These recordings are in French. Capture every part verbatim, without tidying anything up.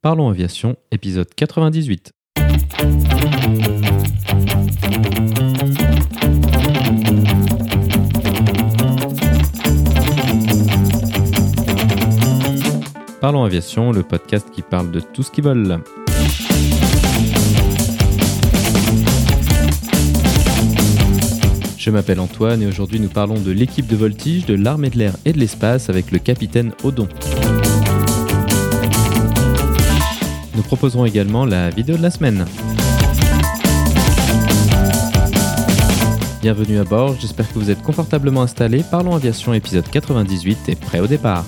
Parlons Aviation, épisode quatre-vingt-dix-huit. Parlons Aviation, le podcast qui parle de tout ce qui vole. Je m'appelle Antoine et aujourd'hui nous parlons de l'équipe de voltige de l'armée de l'air et de l'espace avec le capitaine Odon. Nous proposerons également la vidéo de la semaine. Bienvenue à bord, j'espère que vous êtes confortablement installés. Parlons Aviation épisode quatre-vingt-dix-huit est prêt au départ.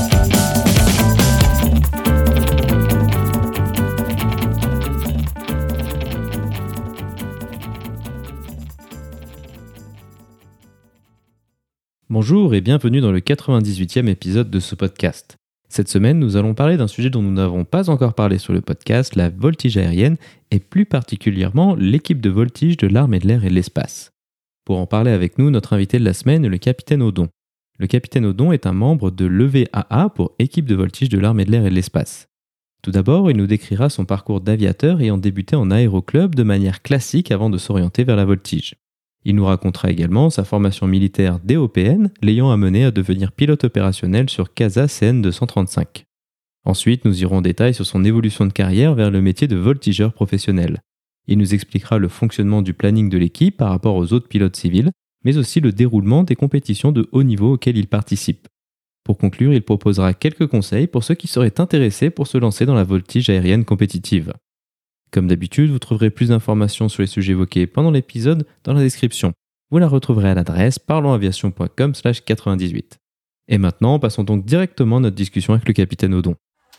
Bonjour et bienvenue dans le quatre-vingt-dix-huitième épisode de ce podcast. Cette semaine, nous allons parler d'un sujet dont nous n'avons pas encore parlé sur le podcast, la voltige aérienne, et plus particulièrement l'équipe de voltige de l'armée de l'air et de l'espace. Pour en parler avec nous, notre invité de la semaine est le capitaine Odon. Le capitaine Odon est un membre de l'E V A A pour équipe de voltige de l'armée de l'air et de l'espace. Tout d'abord, il nous décrira son parcours d'aviateur ayant débuté en aéroclub de manière classique avant de s'orienter vers la voltige. Il nous racontera également sa formation militaire D O P N, l'ayant amené à devenir pilote opérationnel sur CASA C N deux cent trente-cinq. Ensuite, nous irons en détail sur son évolution de carrière vers le métier de voltigeur professionnel. Il nous expliquera le fonctionnement du planning de l'équipe par rapport aux autres pilotes civils, mais aussi le déroulement des compétitions de haut niveau auxquelles il participe. Pour conclure, il proposera quelques conseils pour ceux qui seraient intéressés pour se lancer dans la voltige aérienne compétitive. Comme d'habitude, vous trouverez plus d'informations sur les sujets évoqués pendant l'épisode dans la description. Vous la retrouverez à l'adresse parlonsaviation point com slash quatre-vingt-dix-huit. Et maintenant, passons donc directement à notre discussion avec le capitaine Odon.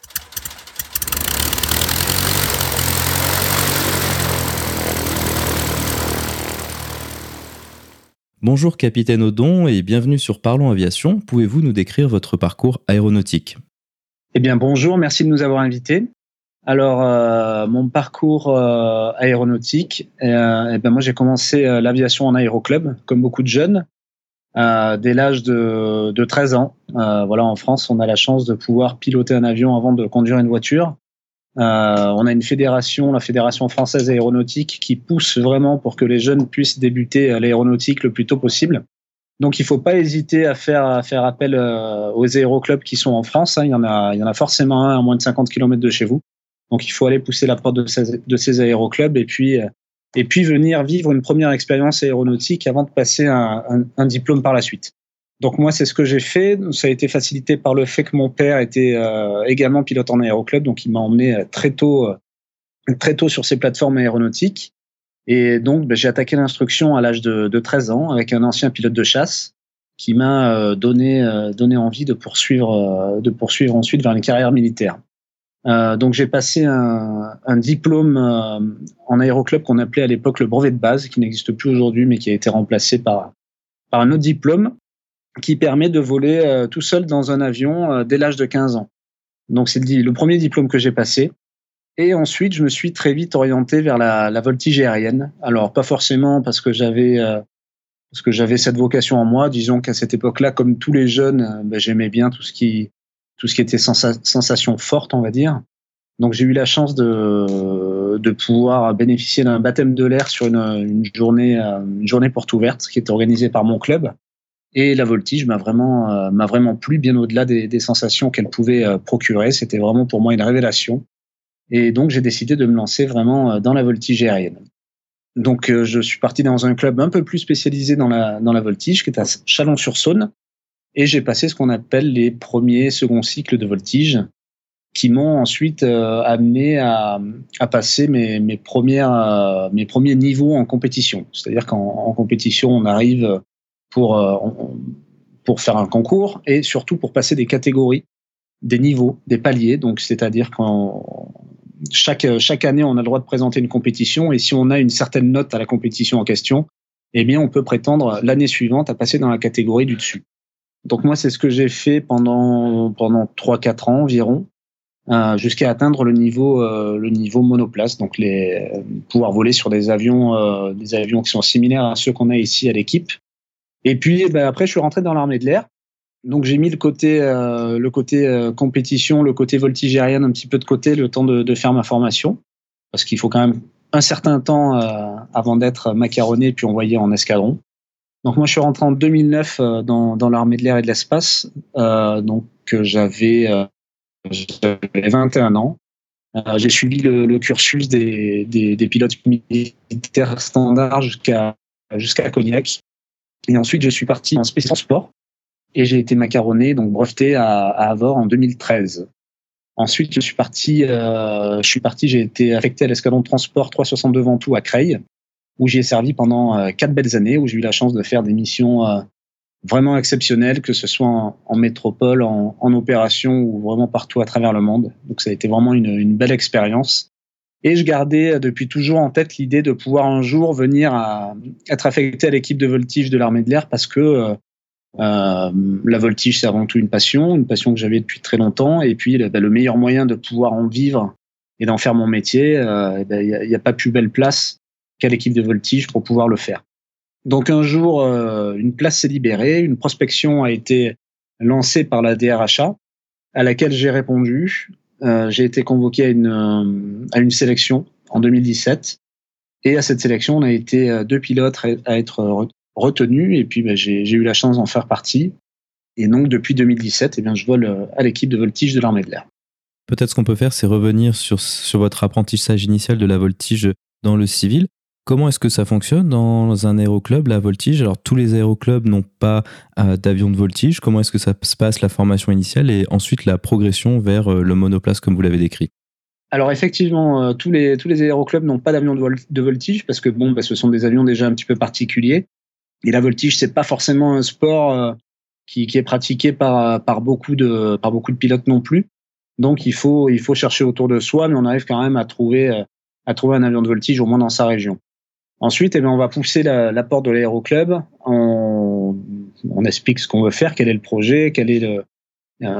Bonjour capitaine Odon et bienvenue sur Parlons Aviation. Pouvez-vous nous décrire votre parcours aéronautique ? Eh bien bonjour, merci de nous avoir invités. Alors, euh, mon parcours euh, aéronautique, euh, eh ben moi j'ai commencé euh, l'aviation en aéroclub, comme beaucoup de jeunes, euh, dès l'âge de, de treize ans. Euh, voilà, en France, on a la chance de pouvoir piloter un avion avant de conduire une voiture. Euh, on a une fédération, la Fédération française aéronautique, qui pousse vraiment pour que les jeunes puissent débuter à l'aéronautique le plus tôt possible. Donc, il ne faut pas hésiter à faire, à faire appel euh, aux aéroclubs qui sont en France. Hein. Il y en a, il y en a forcément un à moins de cinquante kilomètres de chez vous. Donc, il faut aller pousser la porte de ces, de ces aéroclubs et puis, euh, et puis venir vivre une première expérience aéronautique avant de passer un, un, un diplôme par la suite. Donc, moi, c'est ce que j'ai fait. Ça a été facilité par le fait que mon père était euh, également pilote en aéroclub. Donc, il m'a emmené très tôt, euh, très tôt sur ces plateformes aéronautiques. Et donc, ben, j'ai attaqué l'instruction à l'âge de, de treize ans avec un ancien pilote de chasse qui m'a euh, donné, euh, donné envie de poursuivre, euh, de poursuivre ensuite vers une carrière militaire. Euh, donc j'ai passé un, un diplôme euh, en aéroclub qu'on appelait à l'époque le brevet de base, qui n'existe plus aujourd'hui, mais qui a été remplacé par, par un autre diplôme qui permet de voler euh, tout seul dans un avion euh, dès l'âge de quinze ans. Donc c'est le, le premier diplôme que j'ai passé. Et ensuite, je me suis très vite orienté vers la, la voltige aérienne. Alors pas forcément parce que j'avais euh, parce que j'avais cette vocation en moi. Disons qu'à cette époque-là, comme tous les jeunes, euh, ben, j'aimais bien tout ce qui tout ce qui était sensa- sensation forte, on va dire. Donc j'ai eu la chance de, de pouvoir bénéficier d'un baptême de l'air sur une, une, journée, une journée porte ouverte qui était organisée par mon club. Et la voltige m'a vraiment, euh, m'a vraiment plu, bien au-delà des, des sensations qu'elle pouvait euh, procurer. C'était vraiment pour moi une révélation. Et donc j'ai décidé de me lancer vraiment dans la voltige aérienne. Donc euh, je suis parti dans un club un peu plus spécialisé dans la, dans la voltige, qui est à Chalon-sur-Saône. Et j'ai passé ce qu'on appelle les premiers, seconds cycles de voltige, qui m'ont ensuite euh, amené à, à passer mes, mes, premières, euh, mes premiers niveaux en compétition. C'est-à-dire qu'en en compétition, on arrive pour, euh, on, pour faire un concours et surtout pour passer des catégories, des niveaux, des paliers. Donc, c'est-à-dire qu'en chaque, chaque année, on a le droit de présenter une compétition et si on a une certaine note à la compétition en question, eh bien, on peut prétendre l'année suivante à passer dans la catégorie du dessus. Donc moi, c'est ce que j'ai fait pendant pendant trois quatre ans environ, euh, jusqu'à atteindre le niveau euh, le niveau monoplace, donc les euh, pouvoir voler sur des avions euh, des avions qui sont similaires à ceux qu'on a ici à l'équipe. Et puis, ben, après, je suis rentré dans l'armée de l'air Donc j'ai mis le côté, euh, le côté euh, compétition, le côté voltige aérienne un petit peu de côté, le temps de, de faire ma formation, parce qu'il faut quand même un certain temps euh, avant d'être macaronné puis envoyé en escadron. Donc moi je suis rentré en deux mille neuf euh, dans, dans l'armée de l'air et de l'espace, euh, donc euh, j'avais, euh, j'avais vingt et un ans. Euh, j'ai suivi le, le cursus des, des, des pilotes militaires standards jusqu'à jusqu'à Cognac, et ensuite je suis parti en spécial sport. Et j'ai été macaronné, donc breveté à, à Avord en deux mille treize. Ensuite, je suis parti, euh, je suis parti, j'ai été affecté à l'escadron de transport trois cent soixante-deux Ventoux à Creil, où j'y ai servi pendant euh, quatre belles années, où j'ai eu la chance de faire des missions euh, vraiment exceptionnelles, que ce soit en, en métropole, en, en opération ou vraiment partout à travers le monde. Donc ça a été vraiment une, une belle expérience. Et je gardais depuis toujours en tête l'idée de pouvoir un jour venir à être affecté à l'équipe de voltige de l'armée de l'air, parce que euh, Euh, la voltige, c'est avant tout une passion, une passion que j'avais depuis très longtemps. Et puis, bah, le meilleur moyen de pouvoir en vivre et d'en faire mon métier, il euh, n'y a, y a pas plus belle place qu'à l'équipe de voltige pour pouvoir le faire. Donc, un jour, euh, une place s'est libérée, une prospection a été lancée par la D R H A, à laquelle j'ai répondu. Euh, j'ai été convoqué à une, euh, à une sélection en deux mille dix-sept. Et à cette sélection, on a été deux pilotes à être retenu, et puis bah, j'ai, j'ai eu la chance d'en faire partie. Et donc depuis deux mille dix-sept, eh bien, je vole à l'équipe de voltige de l'armée de l'air. Peut-être ce qu'on peut faire, c'est revenir sur, sur votre apprentissage initial de la voltige dans le civil. Comment est-ce que ça fonctionne dans un aéroclub, la voltige? Alors tous les aéroclubs n'ont pas euh, d'avion de voltige. Comment est-ce que ça se passe, la formation initiale et ensuite la progression vers euh, le monoplace comme vous l'avez décrit? Alors effectivement, euh, tous les tous les aéroclubs n'ont pas d'avion de, vol- de voltige, parce que bon, bah, ce sont des avions déjà un petit peu particuliers. Et la voltige, c'est pas forcément un sport euh, qui, qui est pratiqué par, par, beaucoup de, par beaucoup de pilotes non plus. Donc, il faut, il faut chercher autour de soi, mais on arrive quand même à trouver, euh, à trouver un avion de voltige, au moins dans sa région. Ensuite, eh bien, on va pousser la, la porte de l'aéroclub. On, on explique ce qu'on veut faire, quel est le projet, quel est le, euh,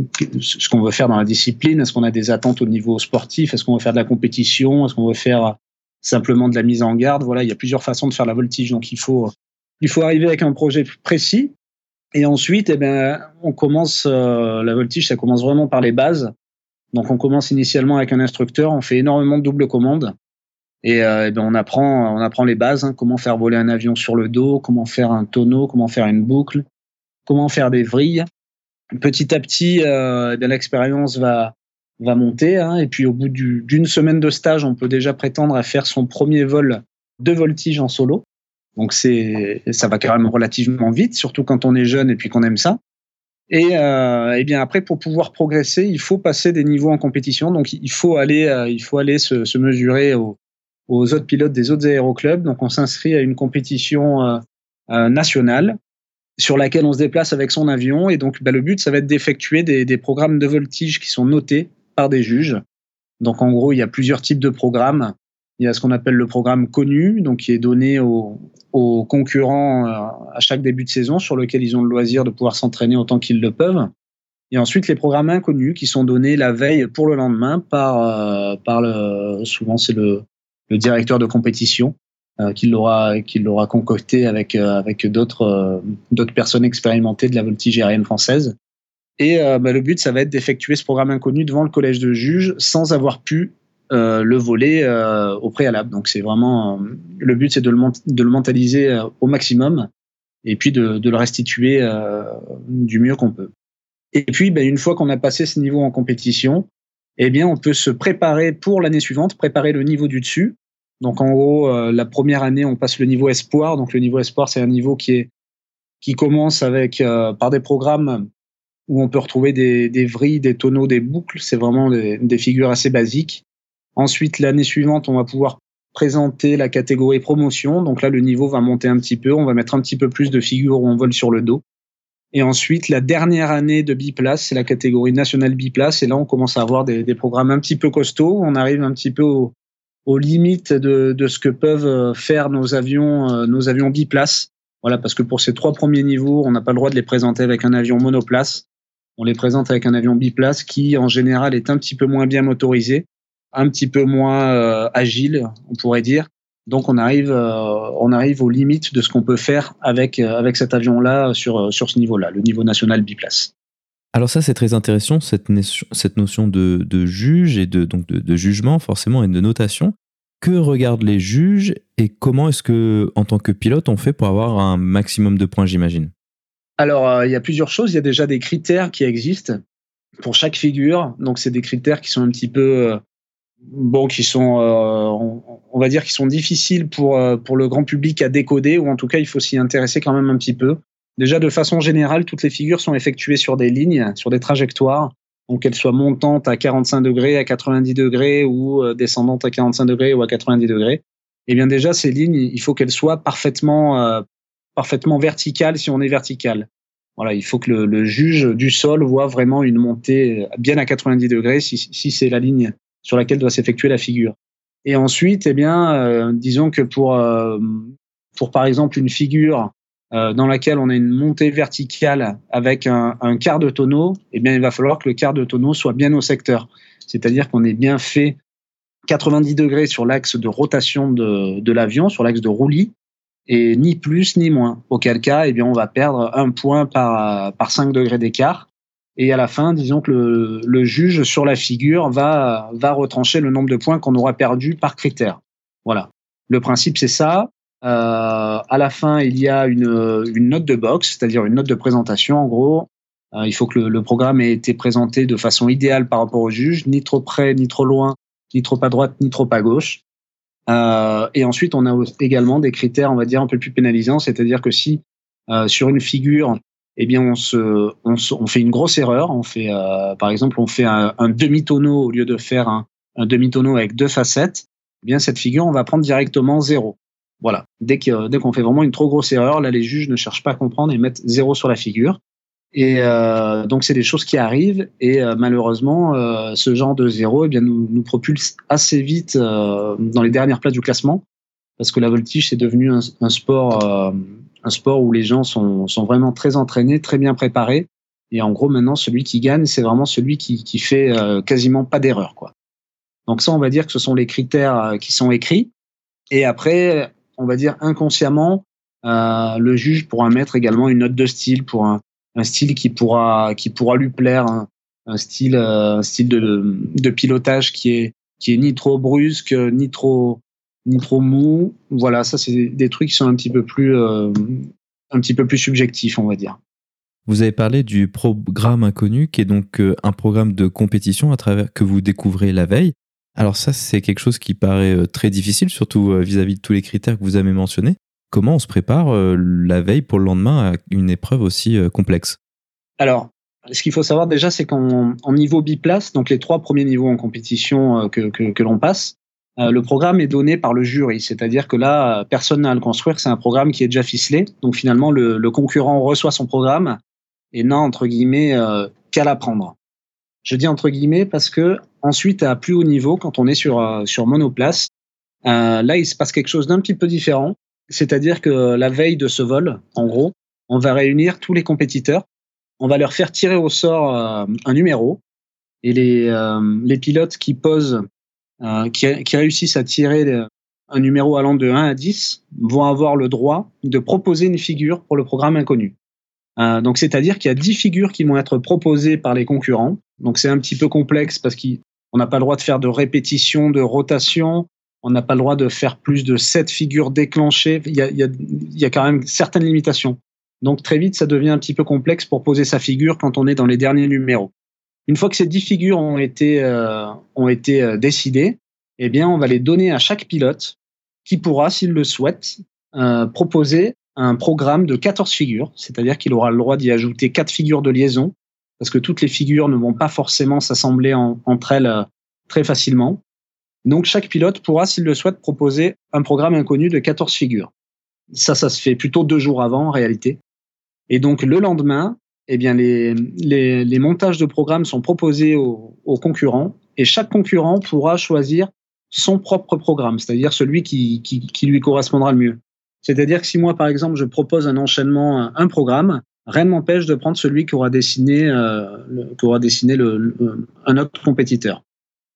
ce qu'on veut faire dans la discipline. Est-ce qu'on a des attentes au niveau sportif? Est-ce qu'on veut faire de la compétition? Est-ce qu'on veut faire simplement de la mise en garde? Voilà, il y a plusieurs façons de faire la voltige. Donc, il faut, il faut arriver avec un projet précis. Et ensuite, eh ben, on commence, euh, la voltige, ça commence vraiment par les bases. Donc, on commence initialement avec un instructeur, on fait énormément de double commandes. Et, euh, eh ben, on apprend, on apprend les bases, hein, comment faire voler un avion sur le dos, comment faire un tonneau, comment faire une boucle, comment faire des vrilles. Petit à petit, euh, eh bien, l'expérience va, va monter, hein, et puis au bout du, d'une semaine de stage, on peut déjà prétendre à faire son premier vol de voltige en solo. Donc c'est, ça va quand même relativement vite, surtout quand on est jeune et puis qu'on aime ça. Et, euh, et bien après, pour pouvoir progresser, il faut passer des niveaux en compétition. Donc il faut aller, euh, il faut aller se, se mesurer aux, aux autres pilotes des autres aéroclubs. Donc on s'inscrit à une compétition euh, euh, nationale sur laquelle on se déplace avec son avion. Et donc bah, le but, ça va être d'effectuer des, des programmes de voltige qui sont notés par des juges. Donc en gros, il y a plusieurs types de programmes. Il y a ce qu'on appelle le programme connu, donc qui est donné aux, aux concurrents euh, à chaque début de saison, sur lequel ils ont le loisir de pouvoir s'entraîner autant qu'ils le peuvent. Et ensuite, les programmes inconnus qui sont donnés la veille pour le lendemain par, euh, par le, souvent c'est le, le directeur de compétition euh, qui l'aura, qui l'aura concocté avec, euh, avec d'autres, euh, d'autres personnes expérimentées de la voltige aérienne française. Et euh, bah, le but, ça va être d'effectuer ce programme inconnu devant le collège de juges sans avoir pu euh, le voler euh, au préalable. Donc c'est vraiment euh, le but, c'est de le, de le mentaliser euh, au maximum et puis de, de le restituer euh, du mieux qu'on peut. Et puis, bah, une fois qu'on a passé ce niveau en compétition, eh bien, on peut se préparer pour l'année suivante, préparer le niveau du dessus. Donc en gros, euh, la première année, on passe le niveau espoir. Donc le niveau espoir, c'est un niveau qui est qui commence avec euh, par des programmes où on peut retrouver des, des vrilles, des tonneaux, des boucles. C'est vraiment des, des figures assez basiques. Ensuite, l'année suivante, on va pouvoir présenter la catégorie promotion. Donc là, le niveau va monter un petit peu. On va mettre un petit peu plus de figures où on vole sur le dos. Et ensuite, la dernière année de biplace, c'est la catégorie nationale biplace. Et là, on commence à avoir des, des programmes un petit peu costauds. On arrive un petit peu au, aux limites de, de ce que peuvent faire nos avions, nos avions biplace. Voilà, parce que pour ces trois premiers niveaux, on n'a pas le droit de les présenter avec un avion monoplace. On les présente avec un avion biplace qui, en général, est un petit peu moins bien motorisé, un petit peu moins euh, agile, on pourrait dire. Donc on arrive, euh, on arrive aux limites de ce qu'on peut faire avec, euh, avec cet avion-là sur, sur ce niveau-là, le niveau national biplace. Alors ça, c'est très intéressant, cette, notion, cette notion de, de juge et de, donc de, de jugement forcément et de notation. Que regardent les juges et comment est-ce que, en tant que pilote, on fait pour avoir un maximum de points, j'imagine? Alors, euh, il y a plusieurs choses. Il y a déjà des critères qui existent pour chaque figure. Donc, c'est des critères qui sont un petit peu... Euh, bon, qui sont, euh, on, on va dire, qui sont difficiles pour, euh, pour le grand public à décoder, ou en tout cas, il faut s'y intéresser quand même un petit peu. Déjà, de façon générale, toutes les figures sont effectuées sur des lignes, sur des trajectoires, donc qu'elles soient montantes à quarante-cinq degrés, à quatre-vingt-dix degrés, ou euh, descendantes à quarante-cinq degrés ou à quatre-vingt-dix degrés. Et bien déjà, ces lignes, il faut qu'elles soient parfaitement, euh, parfaitement verticales si on est vertical. Voilà, il faut que le, le juge du sol voit vraiment une montée bien à quatre-vingt-dix degrés si, si c'est la ligne sur laquelle doit s'effectuer la figure. Et ensuite, eh bien, euh, disons que pour, euh, pour par exemple une figure euh, dans laquelle on a une montée verticale avec un, un quart de tonneau, eh bien, il va falloir que le quart de tonneau soit bien au secteur. C'est-à-dire qu'on ait bien fait quatre-vingt-dix degrés sur l'axe de rotation de, de l'avion, sur l'axe de roulis, et ni plus ni moins. Auquel cas, eh bien, on va perdre un point par, par cinq degrés d'écart. Et à la fin, disons que le, le juge sur la figure va, va retrancher le nombre de points qu'on aura perdu par critère. Voilà. Le principe, c'est ça. Euh, à la fin, il y a une, une note de box, c'est-à-dire une note de présentation, en gros. Euh, il faut que le, le programme ait été présenté de façon idéale par rapport au juge, ni trop près, ni trop loin, ni trop à droite, ni trop à gauche. Euh, et ensuite, on a également des critères, on va dire, un peu plus pénalisants, c'est-à-dire que si euh, sur une figure, eh bien, on, se, on, se, on fait une grosse erreur, on fait, euh, par exemple, on fait un, un demi-tonneau au lieu de faire un, un demi-tonneau avec deux facettes, eh bien, cette figure, on va prendre directement zéro. Voilà. Dès que, dès qu'on fait vraiment une trop grosse erreur, là, les juges ne cherchent pas à comprendre et mettent zéro sur la figure. Et euh, donc, c'est des choses qui arrivent. Et euh, malheureusement, euh, ce genre de zéro, eh bien, nous, nous propulse assez vite euh, dans les dernières places du classement, parce que la voltige, c'est devenu un, un sport, euh, un sport où les gens sont, sont vraiment très entraînés, très bien préparés. Et en gros, maintenant, celui qui gagne, c'est vraiment celui qui, qui fait euh, quasiment pas d'erreur, quoi. Donc ça, on va dire que ce sont les critères qui sont écrits. Et après, on va dire inconsciemment, euh, le juge pourra mettre également une note de style pour un, un style qui pourra, qui pourra lui plaire, un, un style, euh, un style de, de pilotage qui est, qui est ni trop brusque, ni trop, ni trop mou. Voilà, ça c'est des trucs qui sont un petit peu plus, euh, un petit peu plus subjectifs, on va dire. Vous avez parlé du programme inconnu, qui est donc un programme de compétition à travers que vous découvrez la veille. Alors ça, c'est quelque chose qui paraît très difficile, surtout vis-à-vis de tous les critères que vous avez mentionnés. Comment on se prépare la veille pour le lendemain à une épreuve aussi complexe? Alors, ce qu'il faut savoir déjà, c'est qu'en en niveau biplace, donc les trois premiers niveaux en compétition que, que, que l'on passe, euh, le programme est donné par le jury. C'est-à-dire que là, personne n'a à le construire, c'est un programme qui est déjà ficelé. Donc finalement, le, le concurrent reçoit son programme et n'a, entre guillemets, euh, qu'à l'apprendre. Je dis entre guillemets parce que ensuite, à plus haut niveau, quand on est sur, euh, sur monoplace, euh, là, il se passe quelque chose d'un petit peu différent. C'est-à-dire que la veille de ce vol, en gros, on va réunir tous les compétiteurs. On va leur faire tirer au sort euh, un numéro. Et les, euh, les pilotes qui posent, euh, qui, qui réussissent à tirer un numéro allant de un à dix vont avoir le droit de proposer une figure pour le programme inconnu. Euh, donc, c'est-à-dire qu'il y a dix figures qui vont être proposées par les concurrents. Donc, c'est un petit peu complexe parce qu'on n'a pas le droit de faire de répétition, de rotation. On n'a pas le droit de faire plus de sept figures déclenchées. Il y a, il y a, il y a quand même certaines limitations. Donc, très vite, ça devient un petit peu complexe pour poser sa figure quand on est dans les derniers numéros. Une fois que ces dix figures ont été, euh, ont été euh, décidées, eh bien, on va les donner à chaque pilote qui pourra, s'il le souhaite, euh, proposer un programme de quatorze figures, c'est-à-dire qu'il aura le droit d'y ajouter quatre figures de liaison, parce que toutes les figures ne vont pas forcément s'assembler en, entre elles euh, très facilement. Donc, chaque pilote pourra, s'il le souhaite, proposer un programme inconnu de quatorze figures. Ça, ça se fait plutôt deux jours avant, en réalité. Et donc, le lendemain, eh bien, les, les, les montages de programmes sont proposés aux, aux concurrents, et chaque concurrent pourra choisir son propre programme, c'est-à-dire celui qui, qui, qui lui correspondra le mieux. C'est-à-dire que si moi, par exemple, je propose un enchaînement, un programme, rien ne m'empêche de prendre celui qu'aura dessiné, euh, le, qu'aura dessiné le, le, un autre compétiteur.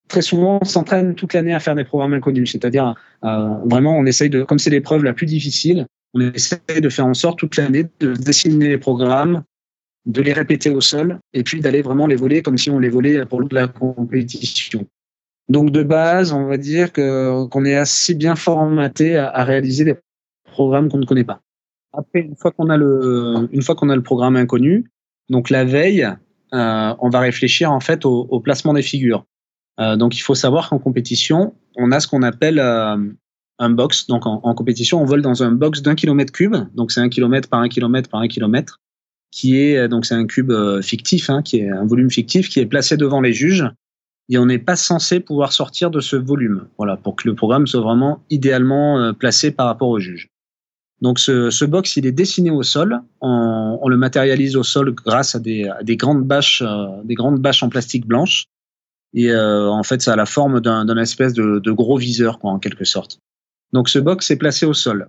très souvent, on s'entraîne toute l'année à faire des programmes inconnus. C'est-à-dire, euh, vraiment, on essaye de, comme c'est l'épreuve la plus difficile, on essaye de faire en sorte toute l'année de dessiner les programmes, de les répéter au sol, et puis d'aller vraiment les voler comme si on les volait pour la compétition. Donc, de base, on va dire que, qu'on est assez bien formaté à, à réaliser des programmes qu'on ne connaît pas. Après, une fois qu'on a le, une fois qu'on a le programme inconnu, donc la veille, euh, on va réfléchir en fait au, au placement des figures. Euh, donc, il faut savoir qu'en compétition, on a ce qu'on appelle euh, un box. Donc, en, en compétition, on vole dans un box d'un kilomètre cube. Donc, c'est un kilomètre par un kilomètre par un kilomètre, qui est donc c'est un cube euh, fictif, hein, qui est un volume fictif qui est placé devant les juges. Et on n'est pas censé pouvoir sortir de ce volume. Voilà, pour que le programme soit vraiment idéalement euh, placé par rapport aux juges. Donc, ce, ce box, il est dessiné au sol. On, on le matérialise au sol grâce à des, à des grandes bâches, euh, des grandes bâches en plastique blanche. Et euh, en fait, ça a la forme d'un, d'un espèce de, de gros viseur, quoi, en quelque sorte. Donc, ce box est placé au sol.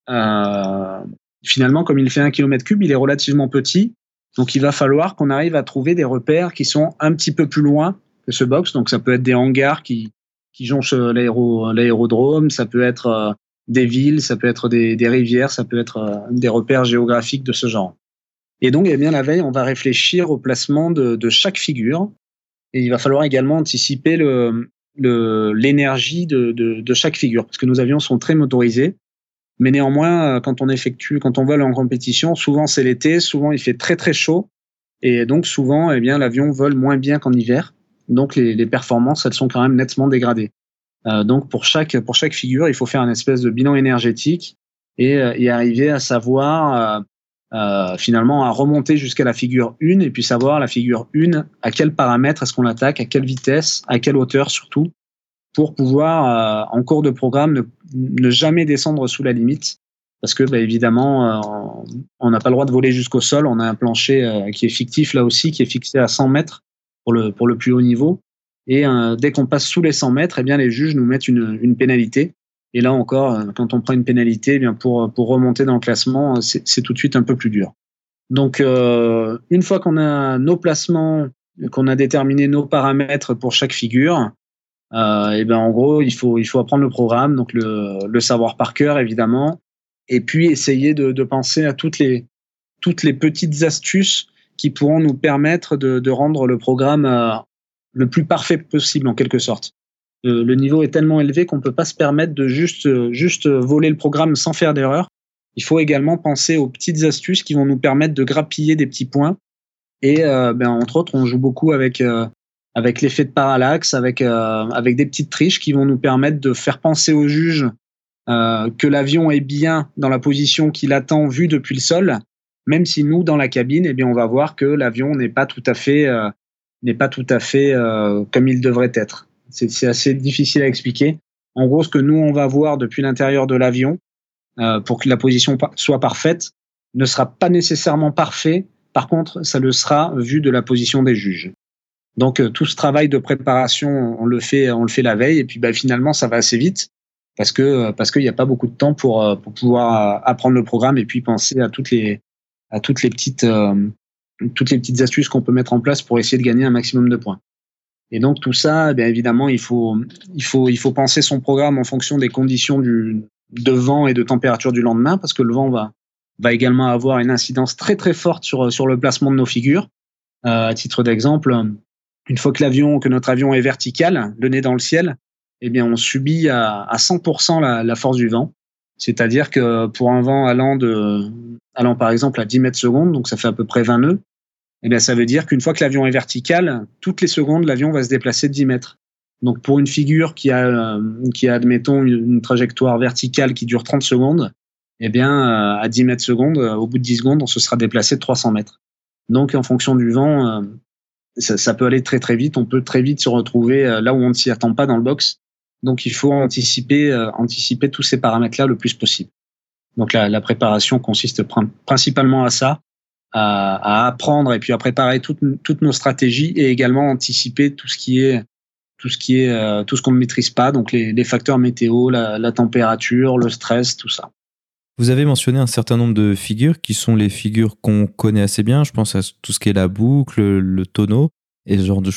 Euh, finalement, comme il fait un kilomètre cube, il est relativement petit. Donc, il va falloir qu'on arrive à trouver des repères qui sont un petit peu plus loin que ce box. Donc, ça peut être des hangars qui, qui jonchent l'aéro, l'aérodrome. Ça peut être euh, des villes, ça peut être des, des rivières, ça peut être euh, des repères géographiques de ce genre. Et donc, eh bien, la veille, on va réfléchir au placement de, de chaque figure. Et il va falloir également anticiper le, le, l'énergie de, de, de chaque figure, parce que nos avions sont très motorisés. Mais néanmoins, quand on effectue, quand on vole en compétition, souvent c'est l'été, souvent il fait très très chaud, et donc souvent, eh bien, l'avion vole moins bien qu'en hiver. Donc les, les performances, elles sont quand même nettement dégradées. Euh, donc pour chaque pour chaque figure, il faut faire une espèce de bilan énergétique et, et arriver à savoir. Euh, Euh, finalement à remonter jusqu'à la figure un et puis savoir la figure un à quel paramètre est-ce qu'on l'attaque, à quelle vitesse, à quelle hauteur surtout, pour pouvoir euh, en cours de programme ne, ne jamais descendre sous la limite, parce que bah, évidemment euh, on n'a pas le droit de voler jusqu'au sol. On a un plancher euh, qui est fictif là aussi, qui est fixé à cent mètres pour le, pour le plus haut niveau, et euh, dès qu'on passe sous les cent mètres, eh bien, les juges nous mettent une, une pénalité. Et là encore, quand on prend une pénalité, eh bien pour, pour remonter dans le classement, c'est, c'est tout de suite un peu plus dur. Donc, euh, une fois qu'on a nos placements, qu'on a déterminé nos paramètres pour chaque figure, euh, et ben en gros, il faut, il faut apprendre le programme, donc le, le savoir par cœur évidemment, et puis essayer de, de penser à toutes les, toutes les petites astuces qui pourront nous permettre de, de rendre le programme euh, le plus parfait possible en quelque sorte. Le, le niveau est tellement élevé qu'on ne peut pas se permettre de juste, juste voler le programme sans faire d'erreur. Il faut également penser aux petites astuces qui vont nous permettre de grappiller des petits points. Et euh, ben, entre autres, on joue beaucoup avec, euh, avec l'effet de parallaxe, avec, euh, avec des petites triches qui vont nous permettre de faire penser au juge euh, que l'avion est bien dans la position qu'il attend vue depuis le sol, même si nous, dans la cabine, eh bien, on va voir que l'avion n'est pas tout à fait, euh, n'est pas tout à fait euh, comme il devrait être. C'est, c'est assez difficile à expliquer. En gros, ce que nous, on va voir depuis l'intérieur de l'avion, euh, pour que la position soit parfaite, ne sera pas nécessairement parfait. Par contre, ça le sera vu de la position des juges. Donc, euh, tout ce travail de préparation, on le fait, on le fait la veille, et puis bah, finalement, ça va assez vite, parce que parce qu'il n'y a pas beaucoup de temps pour, pour pouvoir apprendre le programme et puis penser à toutes les, à toutes les petites, euh, toutes les petites astuces qu'on peut mettre en place pour essayer de gagner un maximum de points. Et donc tout ça, bien évidemment, il faut, il faut, il faut penser son programme en fonction des conditions du, de vent et de température du lendemain, parce que le vent va, va également avoir une incidence très très forte sur, sur le placement de nos figures. Euh, à titre d'exemple, une fois que l'avion, que notre avion est vertical, le nez dans le ciel, eh bien on subit à, à cent pour cent la, la force du vent. C'est-à-dire que pour un vent allant de, allant par exemple à dix mètres secondes, donc ça fait à peu près vingt nœuds, eh bien, ça veut dire qu'une fois que l'avion est vertical, toutes les secondes, l'avion va se déplacer de dix mètres. Donc, pour une figure qui a, euh, qui a admettons, une, une trajectoire verticale qui dure trente secondes, eh bien, euh, à dix mètres secondes, euh, au bout de dix secondes, on se sera déplacé de trois cents mètres. Donc, en fonction du vent, euh, ça, ça peut aller très, très vite. On peut très vite se retrouver euh, là où on ne s'y attend pas dans le box. Donc, il faut anticiper, euh, anticiper tous ces paramètres-là le plus possible. Donc, la, la préparation consiste pr- principalement à ça. À, à apprendre et puis à préparer toutes, toutes nos stratégies et également anticiper tout ce qui est tout ce qui est euh, tout ce qu'on ne maîtrise pas, donc les, les facteurs météo, la, la température, le stress, tout ça. Vous avez mentionné un certain nombre de figures qui sont les figures qu'on connaît assez bien. Je pense à tout ce qui est la boucle, le tonneau et ce genre de choses.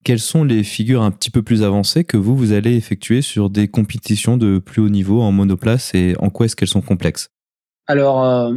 Quelles sont les figures un petit peu plus avancées que vous, vous allez effectuer sur des compétitions de plus haut niveau en monoplace et en quoi est-ce qu'elles sont complexes? Alors, euh,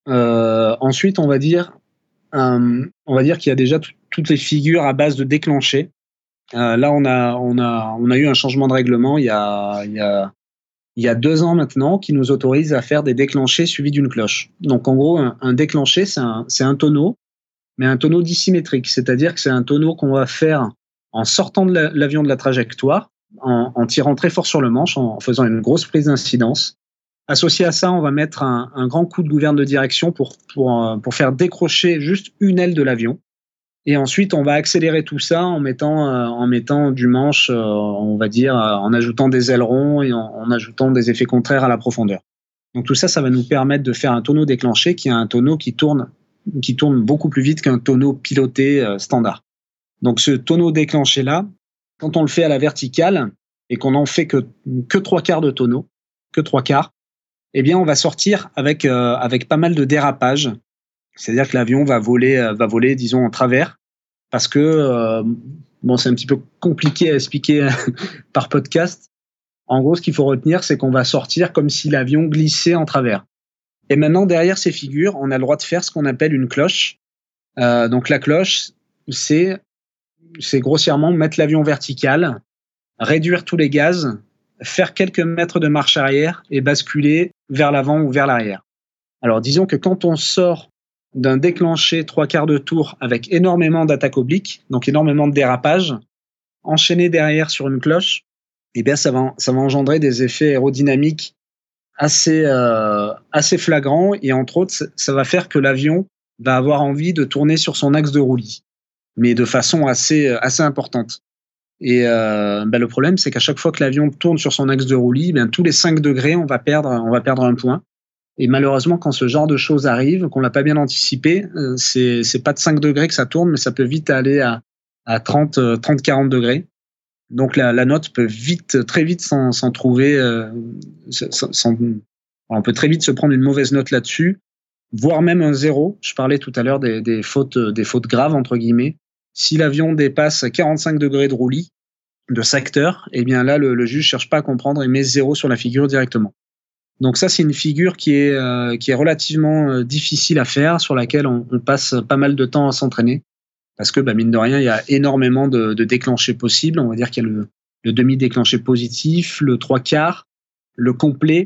euh, ensuite, on va dire, euh, on va dire qu'il y a déjà t- toutes les figures à base de déclencher. Euh, là, on a, on, a, on a eu un changement de règlement il y a, il y a, il y a deux ans maintenant qui nous autorise à faire des déclenchés suivis d'une cloche. Donc, en gros, un, un déclenché, c'est un, c'est un tonneau, mais un tonneau dissymétrique, c'est-à-dire que c'est un tonneau qu'on va faire en sortant de la- l'avion de la trajectoire, en, en tirant très fort sur le manche, en, en faisant une grosse prise d'incidence. Associé à ça, on va mettre un, un grand coup de gouverne de direction pour, pour, euh, pour faire décrocher juste une aile de l'avion. Et ensuite, on va accélérer tout ça en mettant, euh, en mettant du manche, euh, on va dire, euh, en ajoutant des ailerons et en, en ajoutant des effets contraires à la profondeur. Donc tout ça, ça va nous permettre de faire un tonneau déclenché qui est un tonneau qui tourne, qui tourne beaucoup plus vite qu'un tonneau piloté euh, standard. Donc ce tonneau déclenché-là, quand on le fait à la verticale et qu'on en fait que, que trois quarts de tonneau, que trois quarts, eh bien on va sortir avec, euh, avec pas mal de dérapage. C'est-à-dire que l'avion va voler, euh, va voler, disons, en travers, parce que, euh, bon, c'est un petit peu compliqué à expliquer par podcast. En gros, ce qu'il faut retenir, c'est qu'on va sortir comme si l'avion glissait en travers. Et maintenant, derrière ces figures, on a le droit de faire ce qu'on appelle une cloche. Euh, donc la cloche, c'est c'est grossièrement mettre l'avion vertical, réduire tous les gaz, faire quelques mètres de marche arrière et basculer vers l'avant ou vers l'arrière. Alors disons que quand on sort d'un déclenché trois quarts de tour avec énormément d'attaque oblique, donc énormément de dérapage, enchaîné derrière sur une cloche, eh bien ça va, ça va engendrer des effets aérodynamiques assez, euh, assez flagrants et entre autres, ça va faire que l'avion va avoir envie de tourner sur son axe de roulis, mais de façon assez, assez importante. Et euh, ben le problème, c'est qu'à chaque fois que l'avion tourne sur son axe de roulis, ben tous les cinq degrés, on va perdre, on va perdre un point. Et malheureusement, quand ce genre de choses arrive, qu'on l'a pas bien anticipé, euh, c'est c'est pas de cinq degrés que ça tourne, mais ça peut vite aller à, à trente, quarante degrés. Donc la, la note peut vite, très vite s'en, s'en trouver, euh, s'en, s'en- on peut très vite se prendre une mauvaise note là-dessus, voire même un zéro. Je parlais tout à l'heure des, des fautes, des fautes graves entre guillemets. Si l'avion dépasse quarante-cinq degrés de roulis, de secteur, eh bien là le, le juge cherche pas à comprendre et met zéro sur la figure directement. Donc ça, c'est une figure qui est, euh, qui est relativement euh, difficile à faire, sur laquelle on, on passe pas mal de temps à s'entraîner, parce que bah, mine de rien, il y a énormément de, de déclenchés possibles. On va dire qu'il y a le, le demi-déclenché positif, le trois quarts, le complet.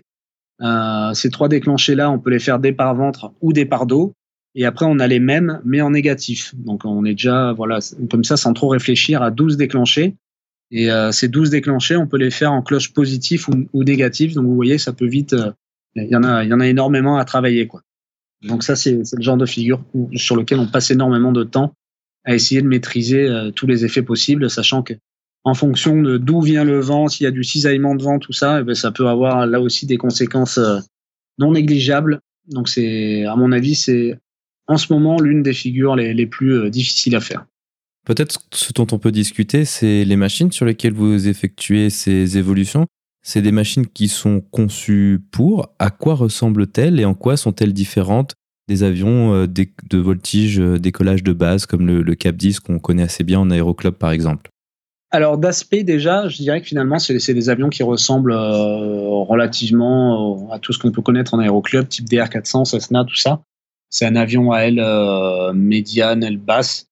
Euh, ces trois déclenchés-là, on peut les faire des par ventre ou des par dos. Et après, on a les mêmes, mais en négatif. Donc on est déjà, voilà, comme ça, sans trop réfléchir, à douze déclenchés. Et euh, ces douze déclenchés, on peut les faire en cloche positif ou, ou négatif. Donc vous voyez, ça peut vite. Il euh, y en a, il y en a énormément à travailler, quoi. Donc ça, c'est, c'est le genre de figure où, sur lequel on passe énormément de temps à essayer de maîtriser euh, tous les effets possibles, sachant que en fonction de d'où vient le vent, s'il y a du cisaillement de vent, tout ça, eh ben, ça peut avoir là aussi des conséquences euh, non négligeables. Donc c'est, à mon avis, c'est en ce moment l'une des figures les, les plus euh, difficiles à faire. Peut-être ce dont on peut discuter, c'est les machines sur lesquelles vous effectuez ces évolutions. C'est des machines qui sont conçues pour. À quoi ressemblent-elles et en quoi sont-elles différentes des avions de voltige, décollage de base, comme le, le Cap dix qu'on connaît assez bien en aéroclub par exemple? Alors d'aspect déjà, je dirais que finalement c'est, c'est des avions qui ressemblent euh, relativement à tout ce qu'on peut connaître en aéroclub, type D R quatre cents, Cessna, tout ça. C'est un avion à aile euh, médiane, aile basse,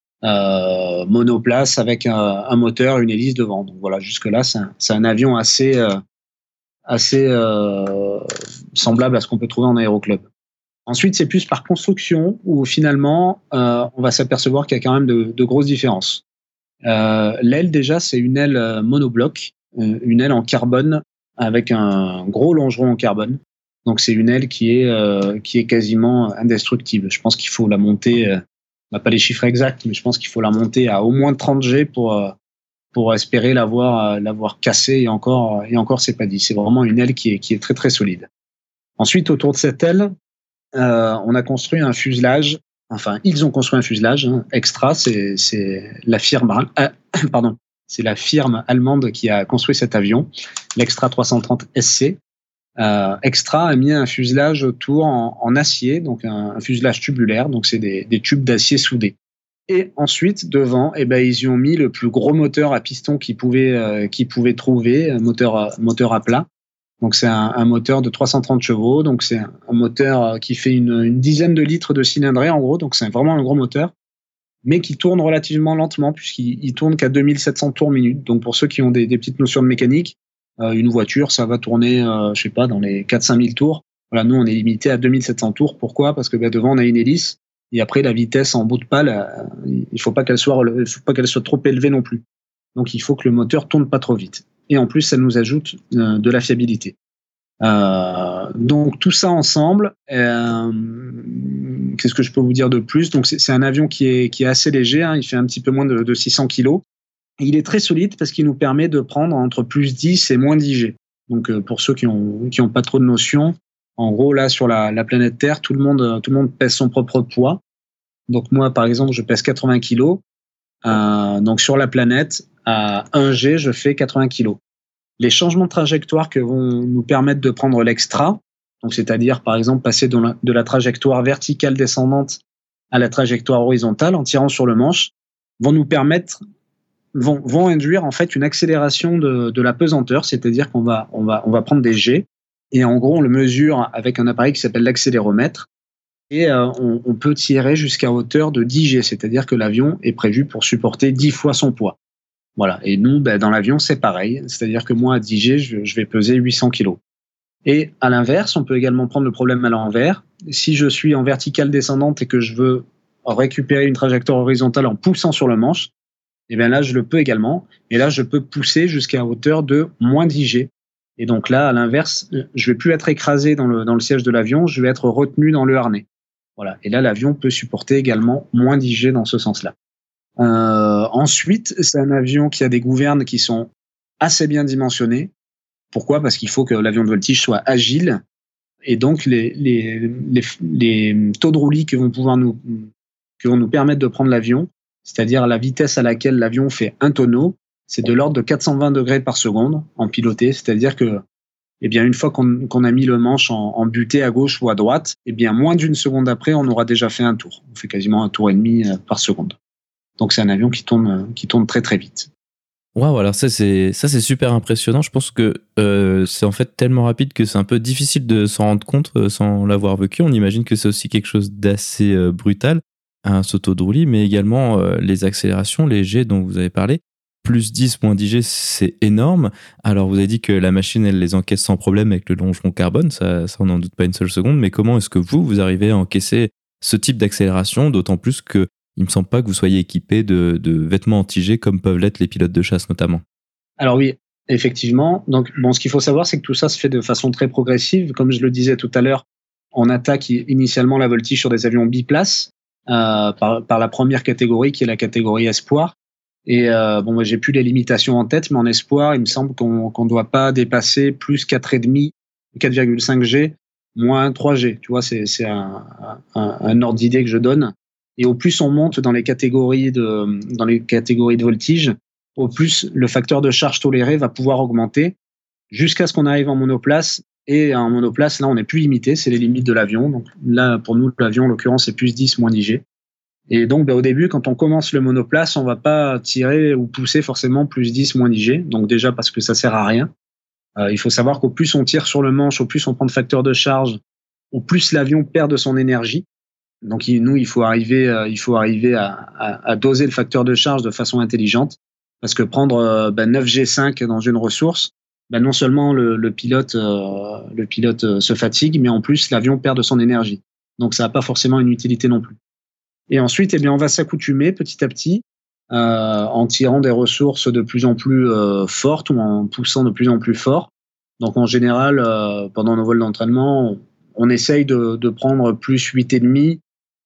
euh, monoplace avec un, un moteur, une hélice devant. Donc voilà, jusque là c'est un, c'est un avion assez euh, assez euh, semblable à ce qu'on peut trouver en aéroclub. Ensuite, c'est plus par construction où finalement euh, on va s'apercevoir qu'il y a quand même de, de grosses différences. Euh, l'aile, déjà, c'est une aile monobloc, euh, une aile en carbone avec un gros longeron en carbone. Donc, c'est une aile qui est, euh, qui est quasiment indestructible. Je pense qu'il faut la monter, euh, on n'a pas les chiffres exacts, mais je pense qu'il faut la monter à au moins trente G pour, euh, pour espérer l'avoir, euh, l'avoir cassée et encore, et encore, c'est pas dit. C'est vraiment une aile qui est, qui est très, très solide. Ensuite, autour de cette aile, euh, on a construit un fuselage. Enfin, ils ont construit un fuselage hein, Extra, c'est, c'est la firme, euh, pardon, c'est la firme allemande qui a construit cet avion, l'Extra trois cent trente S C. Euh, Extra a mis un fuselage autour en, en acier, donc un, un fuselage tubulaire, donc c'est des, des tubes d'acier soudés. Et ensuite, devant, eh ben, ils y ont mis le plus gros moteur à piston qu'ils pouvaient, euh, qu'ils pouvaient trouver, un moteur, à- moteur à plat. Donc c'est un, un moteur de trois cent trente chevaux, donc c'est un, un moteur qui fait une, une dizaine de litres de cylindrée en gros, donc c'est vraiment un gros moteur, mais qui tourne relativement lentement puisqu'il il tourne qu'à deux mille sept cents tours minute. Donc pour ceux qui ont des, des petites notions de mécanique, euh, une voiture ça va tourner, euh, je sais pas, dans les quatre à cinq mille tours. Voilà, nous on est limité à deux mille sept cents tours. Pourquoi ? Parce que ben, devant on a une hélice et après la vitesse en bout de pale, euh, il faut pas qu'elle soit, il faut pas qu'elle soit trop élevée non plus. Donc il faut que le moteur tourne pas trop vite. Et en plus, ça nous ajoute euh, de la fiabilité. Euh, donc tout ça ensemble, euh, qu'est-ce que je peux vous dire de plus ? Donc c'est, c'est un avion qui est, qui est assez léger, hein, il fait un petit peu moins de, de six cents kilos. Il est très solide parce qu'il nous permet de prendre entre plus dix et moins dix G. Donc euh, pour ceux qui ont, qui ont pas trop de notions, en gros là sur la, la planète Terre, tout le monde, tout le monde pèse son propre poids. Donc moi par exemple, je pèse quatre-vingts kilos. Euh, donc sur la planète, à un G, je fais quatre-vingts kilos. Les changements de trajectoire que vont nous permettre de prendre l'extra, donc c'est-à-dire par exemple passer de la, de la trajectoire verticale descendante à la trajectoire horizontale en tirant sur le manche, vont nous permettre, vont, vont induire en fait une accélération de, de la pesanteur, c'est-à-dire qu'on va, on va, on va prendre des G et en gros on le mesure avec un appareil qui s'appelle l'accéléromètre et euh, on, on peut tirer jusqu'à hauteur de dix G, c'est-à-dire que l'avion est prévu pour supporter dix fois son poids. Voilà. Et nous, ben, dans l'avion, c'est pareil. C'est-à-dire que moi, à dix G, je, je vais peser huit cents kilos. Et à l'inverse, on peut également prendre le problème à l'envers. Si je suis en verticale descendante et que je veux récupérer une trajectoire horizontale en poussant sur le manche, eh bien là, je le peux également. Et là, je peux pousser jusqu'à hauteur de moins dix G. Et donc là, à l'inverse, je vais plus être écrasé dans le, dans le siège de l'avion, je vais être retenu dans le harnais. Voilà. Et là, l'avion peut supporter également moins dix G dans ce sens-là. Euh, ensuite, c'est un avion qui a des gouvernes qui sont assez bien dimensionnées. Pourquoi ? Parce qu'il faut que l'avion de voltige soit agile. Et donc, les, les, les, les taux de roulis qui vont pouvoir nous, qui vont nous permettre de prendre l'avion, c'est-à-dire la vitesse à laquelle l'avion fait un tonneau, c'est de l'ordre de quatre cent vingt degrés par seconde en piloté. C'est-à-dire que, eh bien, une fois qu'on, qu'on a mis le manche en, en butée à gauche ou à droite, eh bien, moins d'une seconde après, on aura déjà fait un tour. On fait quasiment un tour et demi par seconde. Donc c'est un avion qui tourne, qui tourne très très vite. Waouh, alors ça c'est, ça c'est super impressionnant. Je pense que euh, c'est en fait tellement rapide que c'est un peu difficile de s'en rendre compte euh, sans l'avoir vécu. On imagine que c'est aussi quelque chose d'assez euh, brutal, un saut de roulis, mais également euh, les accélérations, les G dont vous avez parlé. Plus dix, moins dix G, c'est énorme. Alors vous avez dit que la machine, elle les encaisse sans problème avec le longeron carbone, ça, ça on n'en doute pas une seule seconde, mais comment est-ce que vous, vous arrivez à encaisser ce type d'accélération, d'autant plus que il me semble pas que vous soyez équipé de, de vêtements anti-G comme peuvent l'être les pilotes de chasse notamment. Alors oui, effectivement. Donc bon, ce qu'il faut savoir, c'est que tout ça se fait de façon très progressive. Comme je le disais tout à l'heure, on attaque initialement la voltige sur des avions biplaces euh, par, par la première catégorie qui est la catégorie Espoir. Et euh, bon, moi j'ai plus les limitations en tête, mais en Espoir, il me semble qu'on qu'on doit pas dépasser plus quatre virgule cinq, quatre virgule cinq G, moins trois G. Tu vois, c'est c'est un, un, un ordre d'idée que je donne. Et au plus on monte dans les catégories de, dans les catégories de voltige, au plus le facteur de charge toléré va pouvoir augmenter jusqu'à ce qu'on arrive en monoplace. Et en monoplace, là, on n'est plus limité, c'est les limites de l'avion. Donc là, pour nous, l'avion, en l'occurrence, c'est plus dix, moins dix G. Et donc, ben, au début, quand on commence le monoplace, on va pas tirer ou pousser forcément plus dix, moins dix G. Donc déjà, parce que ça sert à rien. Euh, il faut savoir qu'au plus on tire sur le manche, au plus on prend de facteur de charge, au plus l'avion perd de son énergie. Donc nous, il faut arriver, euh, il faut arriver à, à, à doser le facteur de charge de façon intelligente, parce que prendre euh, ben, neuf G cinq dans une ressource, ben, non seulement le, le pilote, euh, le pilote euh, se fatigue, mais en plus l'avion perd de son énergie. Donc ça n'a pas forcément une utilité non plus. Et ensuite, eh bien, on va s'accoutumer petit à petit euh, en tirant des ressources de plus en plus euh, fortes ou en poussant de plus en plus fort. Donc en général, euh, pendant nos vols d'entraînement, on, on essaye de, de prendre plus huit virgule cinq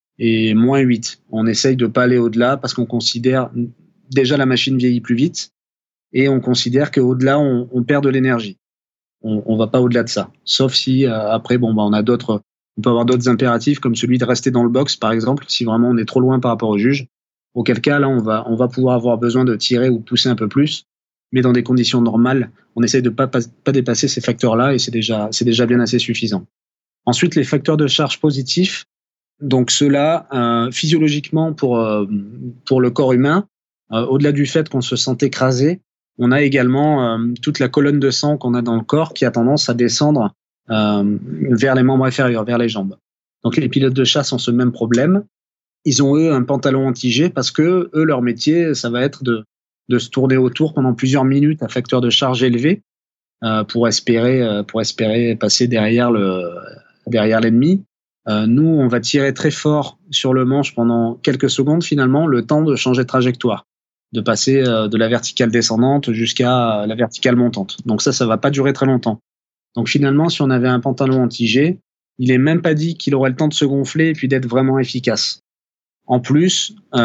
et moins huit. On essaye de pas aller au-delà parce qu'on considère déjà la machine vieillit plus vite et on considère qu'au-delà on, on perd de l'énergie. On, on va pas au-delà de ça. Sauf si euh, après bon bah on a d'autres, on peut avoir d'autres impératifs comme celui de rester dans le box par exemple si vraiment on est trop loin par rapport au juge. Auquel cas là on va on va pouvoir avoir besoin de tirer ou pousser un peu plus, mais dans des conditions normales, on essaye de pas pas dépasser ces facteurs-là et c'est déjà c'est déjà bien assez suffisant. Ensuite les facteurs de charge positifs. Donc cela, euh, physiologiquement pour, euh, pour le corps humain, euh, au-delà du fait qu'on se sent écrasé, on a également euh, toute la colonne de sang qu'on a dans le corps qui a tendance à descendre euh, vers les membres inférieurs, vers les jambes. Donc les pilotes de chasse ont ce même problème. Ils ont, eux, un pantalon anti-G parce que, eux, leur métier, ça va être de, de se tourner autour pendant plusieurs minutes à facteur de charge élevé euh, pour, espérer, euh, pour espérer passer derrière, le, derrière l'ennemi. Euh, nous, on va tirer très fort sur le manche pendant quelques secondes, finalement, le temps de changer de trajectoire, de passer euh, de la verticale descendante jusqu'à la verticale montante. Donc ça, ça va pas durer très longtemps. Donc finalement, si on avait un pantalon anti-G, il est même pas dit qu'il aurait le temps de se gonfler et puis d'être vraiment efficace. En plus, euh,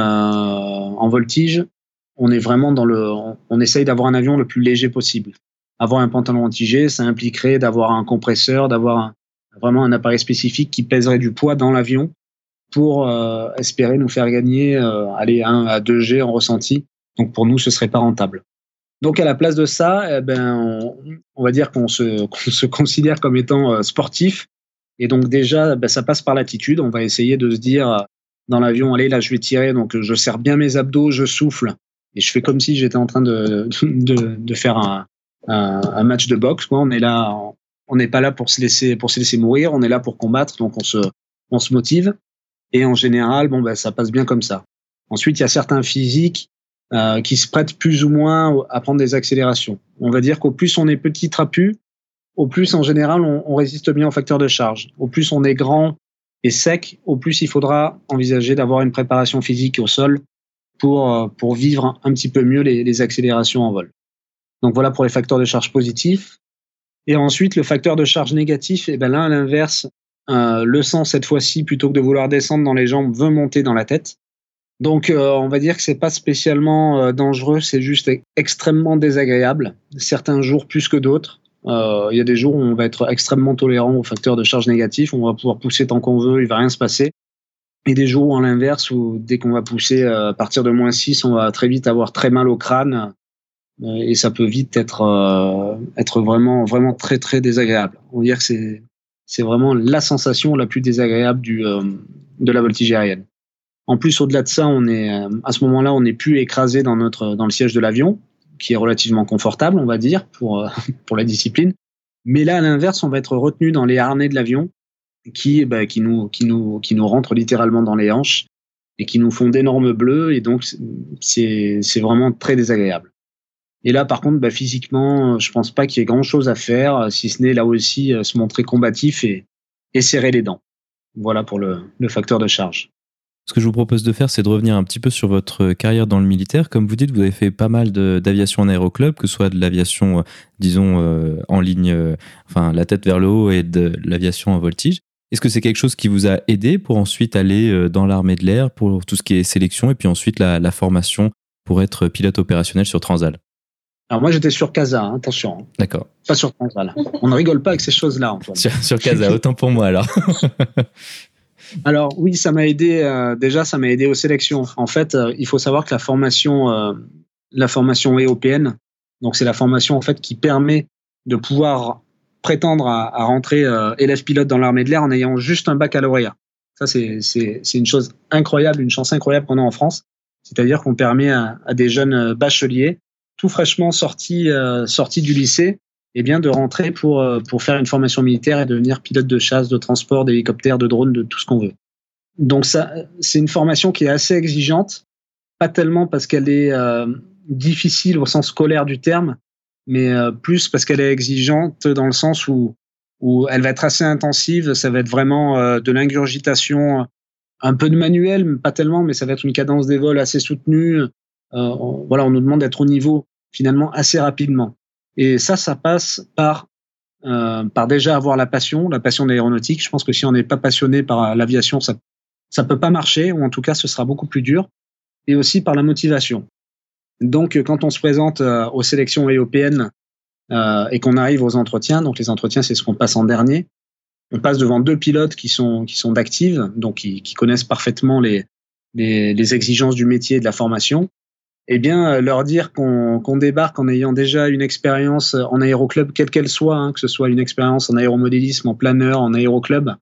en voltige, on est vraiment dans le, on, on essaye d'avoir un avion le plus léger possible. Avoir un pantalon anti-G, ça impliquerait d'avoir un compresseur, d'avoir un, vraiment un appareil spécifique qui pèserait du poids dans l'avion pour euh, espérer nous faire gagner, euh, aller un à deux G en ressenti. Donc pour nous, ce serait pas rentable. Donc à la place de ça, eh ben, on, on va dire qu'on se, qu'on se considère comme étant euh, sportif. Et donc déjà, ben, ça passe par l'attitude. On va essayer de se dire dans l'avion, allez, là, je vais tirer, donc je serre bien mes abdos, je souffle, et je fais comme si j'étais en train de, de, de faire un, un, un match de boxe, quoi. On est là, on n'est pas là pour se laisser, pour se laisser mourir, on est là pour combattre, donc on se, on se motive, et en général, bon, ben, ça passe bien comme ça. Ensuite, il y a certains physiques euh, qui se prêtent plus ou moins à prendre des accélérations. On va dire qu'au plus on est petit trapu, au plus, en général, on, on résiste bien au facteur de charge. Au plus on est grand et sec, au plus il faudra envisager d'avoir une préparation physique au sol pour, pour vivre un petit peu mieux les, les accélérations en vol. Donc voilà pour les facteurs de charge positifs. Et ensuite, le facteur de charge négatif, eh ben là, à l'inverse, euh, le sang, cette fois-ci, plutôt que de vouloir descendre dans les jambes, veut monter dans la tête. Donc euh, on va dire que c'est pas spécialement euh, dangereux, c'est juste extrêmement désagréable, certains jours plus que d'autres. Euh, il y a des jours où on va être extrêmement tolérant aux facteurs de charge négatifs, on va pouvoir pousser tant qu'on veut, il va rien se passer. Et des jours où, à l'inverse, où dès qu'on va pousser euh, à partir de moins six, on va très vite avoir très mal au crâne euh, et ça peut vite être, euh, être vraiment, vraiment très très désagréable. On va dire que c'est, c'est vraiment la sensation la plus désagréable du, euh, de la voltige aérienne. En plus, au-delà de ça, on est, euh, à ce moment-là, on n'est plus écrasé dans, notre, dans le siège de l'avion, qui est relativement confortable, on va dire, pour, pour la discipline. Mais là, à l'inverse, on va être retenu dans les harnais de l'avion qui, bah, qui, nous, qui, nous, qui nous rentrent littéralement dans les hanches et qui nous font d'énormes bleus. Et donc, c'est, c'est vraiment très désagréable. Et là, par contre, bah, physiquement, je pense pas qu'il y ait grand-chose à faire, si ce n'est là aussi se montrer combatif et, et serrer les dents. Voilà pour le, le facteur de charge. Ce que je vous propose de faire, c'est de revenir un petit peu sur votre carrière dans le militaire. Comme vous dites, vous avez fait pas mal de, d'aviation en aéroclub, que ce soit de l'aviation, euh, disons, euh, en ligne, euh, enfin, la tête vers le haut, et de l'aviation en voltige. Est-ce que c'est quelque chose qui vous a aidé pour ensuite aller euh, dans l'armée de l'air, pour tout ce qui est sélection, et puis ensuite la, la formation pour être pilote opérationnel sur Transal? Alors moi, j'étais sur CASA, hein, attention. D'accord. Pas sur Transal. On ne rigole pas avec ces choses-là, Antoine. sur, sur CASA, autant pour moi alors. Alors oui, ça m'a aidé. Euh, déjà, ça m'a aidé aux sélections. En fait, euh, il faut savoir que la formation, euh, la formation E O P N, donc c'est la formation en fait qui permet de pouvoir prétendre à, à rentrer euh, élève pilote dans l'armée de l'air en ayant juste un baccalauréat. Ça, c'est, c'est, c'est une chose incroyable, une chance incroyable qu'on a en France. C'est-à-dire qu'on permet à, à des jeunes bacheliers, tout fraîchement sortis, euh, sortis du lycée, eh bien, de rentrer pour, pour faire une formation militaire et devenir pilote de chasse, de transport, d'hélicoptères, de drones, de tout ce qu'on veut. Donc ça, c'est une formation qui est assez exigeante, pas tellement parce qu'elle est euh, difficile au sens scolaire du terme, mais euh, plus parce qu'elle est exigeante dans le sens où, où elle va être assez intensive, ça va être vraiment euh, de l'ingurgitation, un peu de manuel, mais pas tellement, mais ça va être une cadence des vols assez soutenue. Euh, on, voilà, on nous demande d'être au niveau finalement assez rapidement. Et ça, ça passe par, euh, par déjà avoir la passion, la passion de l'aéronautique. Je pense que si on n'est pas passionné par l'aviation, ça ça peut pas marcher, ou en tout cas, ce sera beaucoup plus dur. Et aussi par la motivation. Donc, quand on se présente euh, aux sélections E O P N euh, et qu'on arrive aux entretiens, donc les entretiens, c'est ce qu'on passe en dernier, on passe devant deux pilotes qui sont, qui sont d'actives, donc qui, qui connaissent parfaitement les, les, les exigences du métier et de la formation. Eh bien, leur dire qu'on, qu'on débarque en ayant déjà une expérience en aéroclub, quelle qu'elle soit, hein, que ce soit une expérience en aéromodélisme, en planeur, en aéroclub,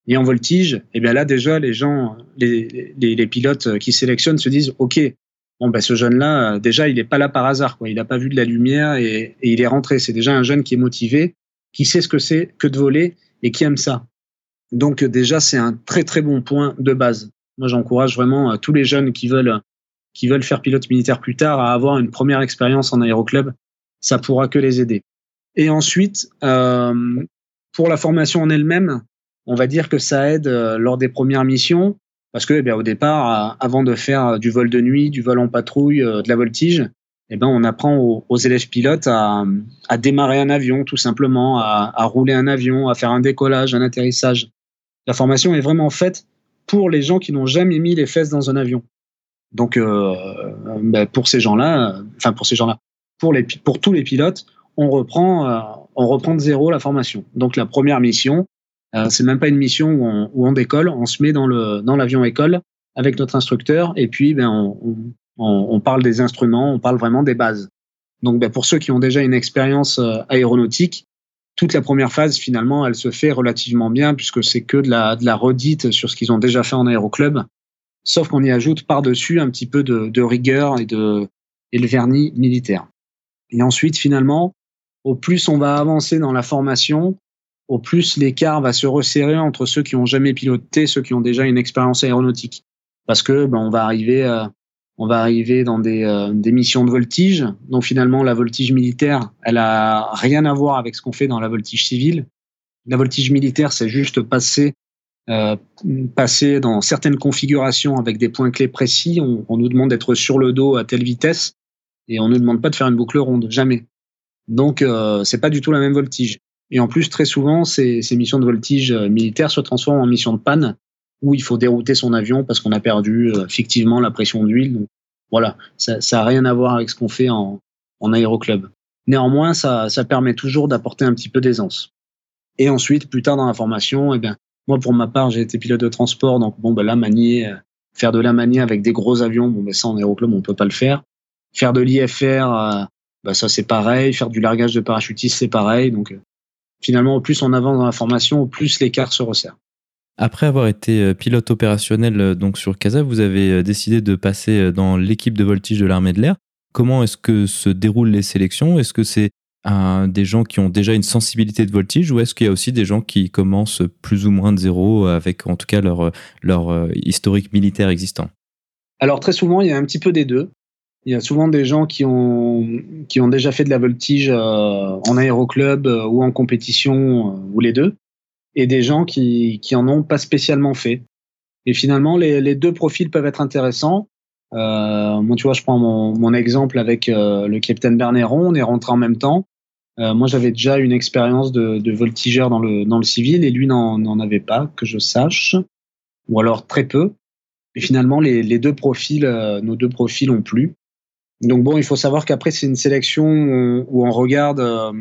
Et en voltige, eh bien là déjà les gens, les, les, les pilotes qui sélectionnent se disent ok, bon ben ce jeune-là déjà il n'est pas là par hasard, quoi. Il n'a pas vu de la lumière et, et il est rentré. C'est déjà un jeune qui est motivé, qui sait ce que c'est que de voler et qui aime ça. Donc déjà c'est un très très bon point de base. Moi j'encourage vraiment tous les jeunes qui veulent qui veulent faire pilote militaire plus tard à avoir une première expérience en aéroclub. Ça pourra que les aider. Et ensuite, euh, pour la formation en elle-même, on va dire que ça aide euh, lors des premières missions, parce que eh bien, au départ, euh, avant de faire du vol de nuit, du vol en patrouille, euh, de la voltige, eh ben, on apprend aux, aux élèves pilotes à, à démarrer un avion, tout simplement, à, à rouler un avion, à faire un décollage, un atterrissage. La formation est vraiment faite pour les gens qui n'ont jamais mis les fesses dans un avion. Donc, euh, ben, pour ces gens-là, euh, enfin pour ces gens-là, pour, les, pour tous les pilotes, on reprend, euh, on reprend de zéro la formation. Donc la première mission, euh, c'est même pas une mission où on, où on décolle, on se met dans le dans l'avion école avec notre instructeur et puis ben on, on, on parle des instruments, on parle vraiment des bases. Donc ben, pour ceux qui ont déjà une expérience euh, aéronautique, toute la première phase finalement, elle se fait relativement bien puisque c'est que de la de la redite sur ce qu'ils ont déjà fait en aéroclub, sauf qu'on y ajoute par-dessus un petit peu de, de rigueur et de et le vernis militaire. Et ensuite finalement, au plus on va avancer dans la formation, au plus l'écart va se resserrer entre ceux qui n'ont jamais piloté, ceux qui ont déjà une expérience aéronautique. Parce que ben, on va arriver, euh, on va arriver dans des, euh, des missions de voltige. Donc finalement, la voltige militaire, elle a rien à voir avec ce qu'on fait dans la voltige civile. La voltige militaire, c'est juste passer, euh, passer dans certaines configurations avec des points clés précis. On, on nous demande d'être sur le dos à telle vitesse et on ne nous demande pas de faire une boucle ronde, jamais. Donc, euh, c'est pas du tout la même voltige. Et en plus, très souvent, ces, ces missions de voltige militaire se transforment en missions de panne où il faut dérouter son avion parce qu'on a perdu euh, fictivement la pression d'huile. Donc, voilà, ça n'a rien à voir avec ce qu'on fait en, en aéroclub. Néanmoins, ça, ça permet toujours d'apporter un petit peu d'aisance. Et ensuite, plus tard dans la formation, eh bien, moi, pour ma part, j'ai été pilote de transport. Donc, bon, ben là, manier, euh, faire de la manier avec des gros avions, bon, ben ça, en aéroclub, on peut pas le faire. Faire de l'I F R, euh, bah ça c'est pareil, faire du largage de parachutiste c'est pareil, donc euh, finalement au plus on avance dans la formation, au plus l'écart se resserre. Après avoir été pilote opérationnel donc sur CASA, vous avez décidé de passer dans l'équipe de voltige de l'armée de l'air. Comment est-ce que se déroulent les sélections ? Est-ce que c'est euh, des gens qui ont déjà une sensibilité de voltige ou est-ce qu'il y a aussi des gens qui commencent plus ou moins de zéro avec en tout cas leur, leur historique militaire existant ? Alors très souvent il y a un petit peu des deux. Il y a souvent des gens qui ont, qui ont déjà fait de la voltige euh, en aéroclub euh, ou en compétition, euh, ou les deux, et des gens qui, qui en ont pas spécialement fait. Et finalement, les, les deux profils peuvent être intéressants. Euh, moi, tu vois, je prends mon, mon exemple avec euh, le capitaine Berneron, on est rentré en même temps. Euh, moi, j'avais déjà une expérience de, de voltigeur dans le, dans le civil, et lui n'en, n'en avait pas, que je sache, ou alors très peu. Et finalement, les, les deux profils, euh, nos deux profils ont plu. Donc bon, il faut savoir qu'après c'est une sélection où on regarde euh,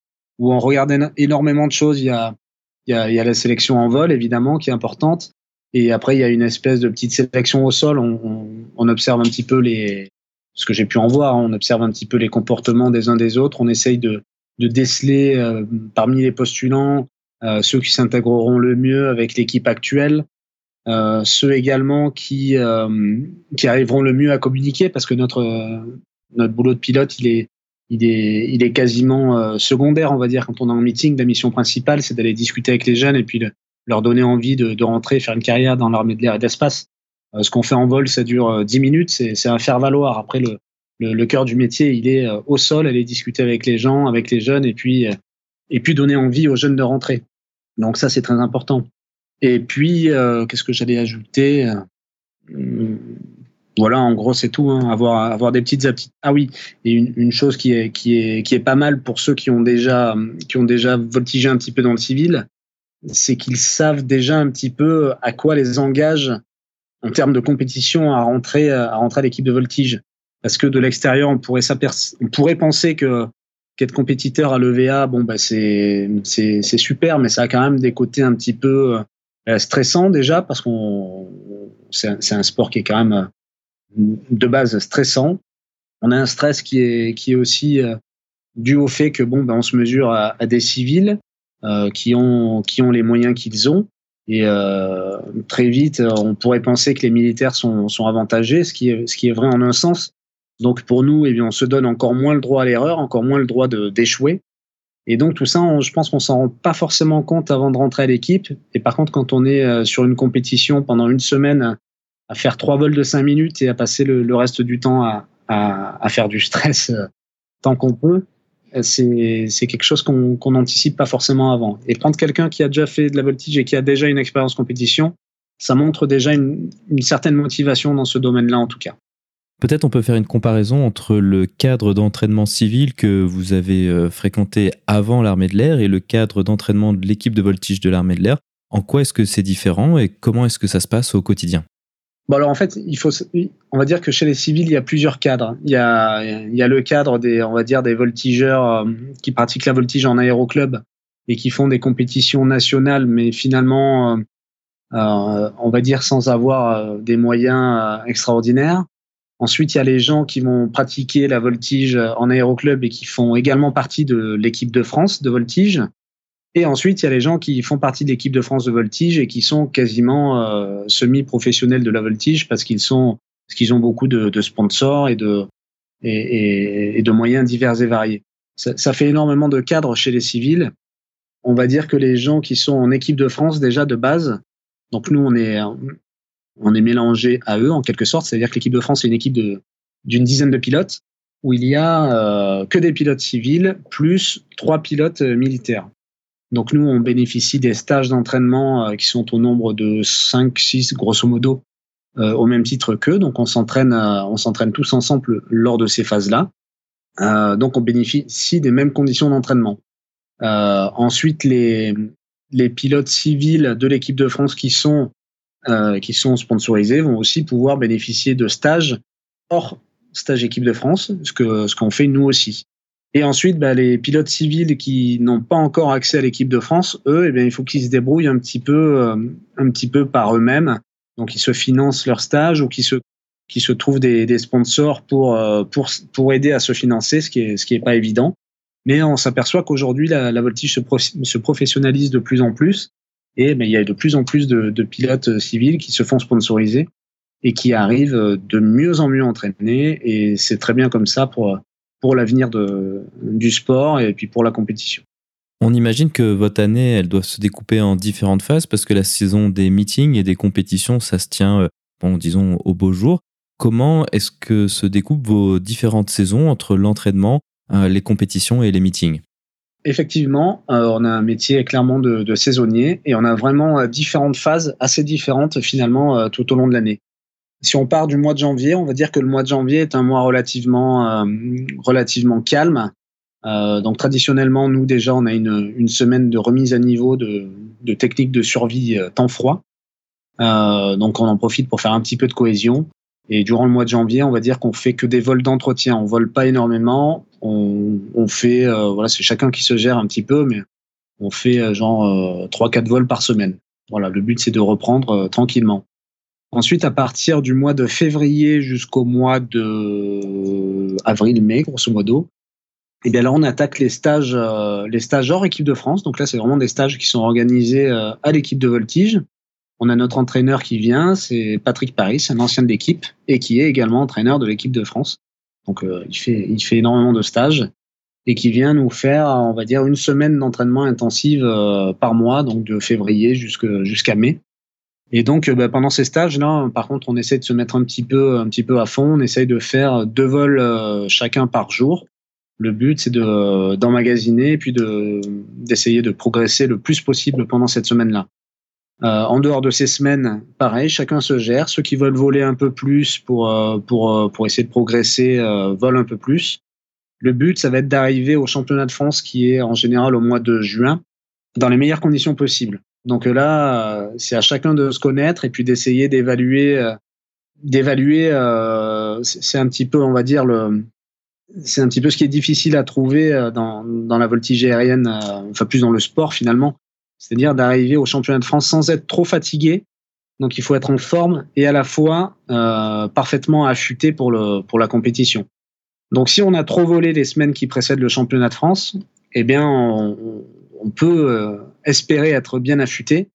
où on regarde énormément de choses. Il y a il y a, il y a la sélection en vol évidemment qui est importante, et après il y a une espèce de petite sélection au sol. On, on, on observe un petit peu les ce que j'ai pu en voir. Hein, on observe un petit peu les comportements des uns des autres. On essaye de de déceler euh, parmi les postulants euh, ceux qui s'intégreront le mieux avec l'équipe actuelle. Euh, ceux également qui euh, qui arriveront le mieux à communiquer parce que notre euh, notre boulot de pilote il est il est il est quasiment euh, secondaire, on va dire, quand on est en meeting. La mission principale c'est d'aller discuter avec les jeunes et puis de leur donner envie de, de rentrer faire une carrière dans l'armée de l'air et de l'espace. Euh, ce qu'on fait en vol ça dure euh, dix minutes, c'est c'est un faire valoir. Après le le, le cœur du métier il est euh, au sol, aller discuter avec les gens, avec les jeunes et puis euh, et puis donner envie aux jeunes de rentrer. Donc ça c'est très important. Et puis, euh, qu'est-ce que j'allais ajouter ? euh, Voilà, en gros, c'est tout. Hein. Avoir, avoir des petites aptitudes. Ah oui, et une, une chose qui est, qui, est, qui est pas mal pour ceux qui ont déjà, qui ont déjà voltigé un petit peu dans le civil, c'est qu'ils savent déjà un petit peu à quoi les engage en termes de compétition à rentrer à, rentrer à l'équipe de voltige. Parce que de l'extérieur, on pourrait, on pourrait penser que qu'être compétiteur à l'E V A, bon, bah, c'est, c'est, c'est super, mais ça a quand même des côtés un petit peu stressant déjà parce qu'on c'est un, c'est un sport qui est quand même de base stressant. On a un stress qui est qui est aussi euh, dû au fait que bon ben on se mesure à, à des civils euh, qui ont qui ont les moyens qu'ils ont Et euh, très vite, on pourrait penser que les militaires sont, sont avantagés, ce qui est, ce qui est vrai en un sens. Donc pour nous, eh bien, on se donne encore moins le droit à l'erreur, encore moins le droit de, d'échouer. Et donc tout ça, on, je pense qu'on s'en rend pas forcément compte avant de rentrer à l'équipe. Et par contre, quand on est sur une compétition pendant une semaine à faire trois vols de cinq minutes et à passer le, le reste du temps à, à, à faire du stress euh, tant qu'on peut, c'est, c'est quelque chose qu'on qu'on n'anticipe pas forcément avant. Et prendre quelqu'un qui a déjà fait de la voltige et qui a déjà une expérience compétition, ça montre déjà une, une certaine motivation dans ce domaine-là en tout cas. Peut-être on peut faire une comparaison entre le cadre d'entraînement civil que vous avez euh, fréquenté avant l'armée de l'air et le cadre d'entraînement de l'équipe de voltige de l'armée de l'air. En quoi est-ce que c'est différent et comment est-ce que ça se passe au quotidien ? Bon alors en fait, il faut, on va dire que chez les civils, il y a plusieurs cadres. Il y a, il y a le cadre des, on va dire, des voltigeurs euh, qui pratiquent la voltige en aéroclub et qui font des compétitions nationales, mais finalement, euh, euh, on va dire sans avoir euh, des moyens euh, extraordinaires. Ensuite, il y a les gens qui vont pratiquer la voltige en aéroclub et qui font également partie de l'équipe de France de voltige. Et ensuite, il y a les gens qui font partie de l'équipe de France de voltige et qui sont quasiment euh, semi-professionnels de la voltige parce qu'ils sont, parce qu'ils ont beaucoup de, de sponsors et de, et, et, et de moyens divers et variés. Ça, ça fait énormément de cadres chez les civils. On va dire que les gens qui sont en équipe de France déjà de base, donc nous on est, on est mélangés à eux en quelque sorte, c'est-à-dire que l'équipe de France est une équipe de, d'une dizaine de pilotes où il y a euh, que des pilotes civils plus trois pilotes militaires. Donc nous, on bénéficie des stages d'entraînement euh, qui sont au nombre de cinq, six, grosso modo, euh, au même titre qu'eux. Donc on s'entraîne, euh, on s'entraîne tous ensemble lors de ces phases-là. Euh, donc on bénéficie des mêmes conditions d'entraînement. Euh, ensuite, les, les pilotes civils de l'équipe de France qui sont, euh, qui sont sponsorisés vont aussi pouvoir bénéficier de stages hors stage équipe de France, ce que, ce qu'on fait nous aussi. Et ensuite, bah, les pilotes civils qui n'ont pas encore accès à l'équipe de France, eux, eh bien, il faut qu'ils se débrouillent un petit peu, euh, un petit peu par eux-mêmes. Donc, ils se financent leur stage ou qu'ils se, qu'ils se trouvent des, des sponsors pour, euh, pour, pour aider à se financer, ce qui est, ce qui est pas évident. Mais on s'aperçoit qu'aujourd'hui, la, la voltige se, pro, se professionnalise de plus en plus. Et ben, il y a de plus en plus de, de pilotes civils qui se font sponsoriser et qui arrivent de mieux en mieux entraînés. Et c'est très bien comme ça pour pour l'avenir de, du sport et puis pour la compétition. On imagine que votre année, elle doit se découper en différentes phases parce que la saison des meetings et des compétitions, ça se tient, bon, disons, au beau jour. Comment est-ce que se découpent vos différentes saisons entre l'entraînement, les compétitions et les meetings ? Effectivement, euh, on a un métier clairement de, de saisonnier et on a vraiment différentes phases assez différentes finalement euh, tout au long de l'année. Si on part du mois de janvier, on va dire que le mois de janvier est un mois relativement, euh, relativement calme. Euh, donc traditionnellement, nous déjà, on a une, une semaine de remise à niveau de, de techniques de survie euh, temps froid. Euh, donc on en profite pour faire un petit peu de cohésion. Et durant le mois de janvier, on va dire qu'on fait que des vols d'entretien. On vole pas énormément. On, on fait, euh, voilà, c'est chacun qui se gère un petit peu, mais on fait euh, genre euh, trois quatre vols par semaine. Voilà, le but c'est de reprendre euh, tranquillement. Ensuite, à partir du mois de février jusqu'au mois de avril-mai, grosso modo, et bien là, on attaque les stages, euh, les stages hors équipe de France. Donc là, c'est vraiment des stages qui sont organisés euh, à l'équipe de voltige. On a notre entraîneur qui vient, c'est Patrick Paris, un ancien de l'équipe et qui est également entraîneur de l'équipe de France. Donc euh, il fait, il fait énormément de stages et qui vient nous faire, on va dire, une semaine d'entraînement intensive euh, par mois, donc de février jusqu'à, jusqu'à mai. Et donc, bah, pendant ces stages-là, par contre, on essaie de se mettre un petit peu, un petit peu à fond. On essaye de faire deux vols euh, chacun par jour. Le but, c'est de, d'emmagasiner et puis de, d'essayer de progresser le plus possible pendant cette semaine-là. Euh, en dehors de ces semaines, pareil, chacun se gère. Ceux qui veulent voler un peu plus pour, euh, pour, pour essayer de progresser euh, volent un peu plus. Le but, ça va être d'arriver au championnat de France qui est en général au mois de juin dans les meilleures conditions possibles. Donc là, c'est à chacun de se connaître et puis d'essayer d'évaluer, d'évaluer. Euh, c'est un petit peu, on va dire le, c'est un petit peu ce qui est difficile à trouver dans dans la voltige aérienne, enfin plus dans le sport finalement. C'est-à-dire d'arriver au championnat de France sans être trop fatigué. Donc il faut être en forme et à la fois euh, parfaitement affûté pour le pour la compétition. Donc si on a trop volé les semaines qui précèdent le championnat de France, eh bien on, on peut euh, espérer être bien affûté.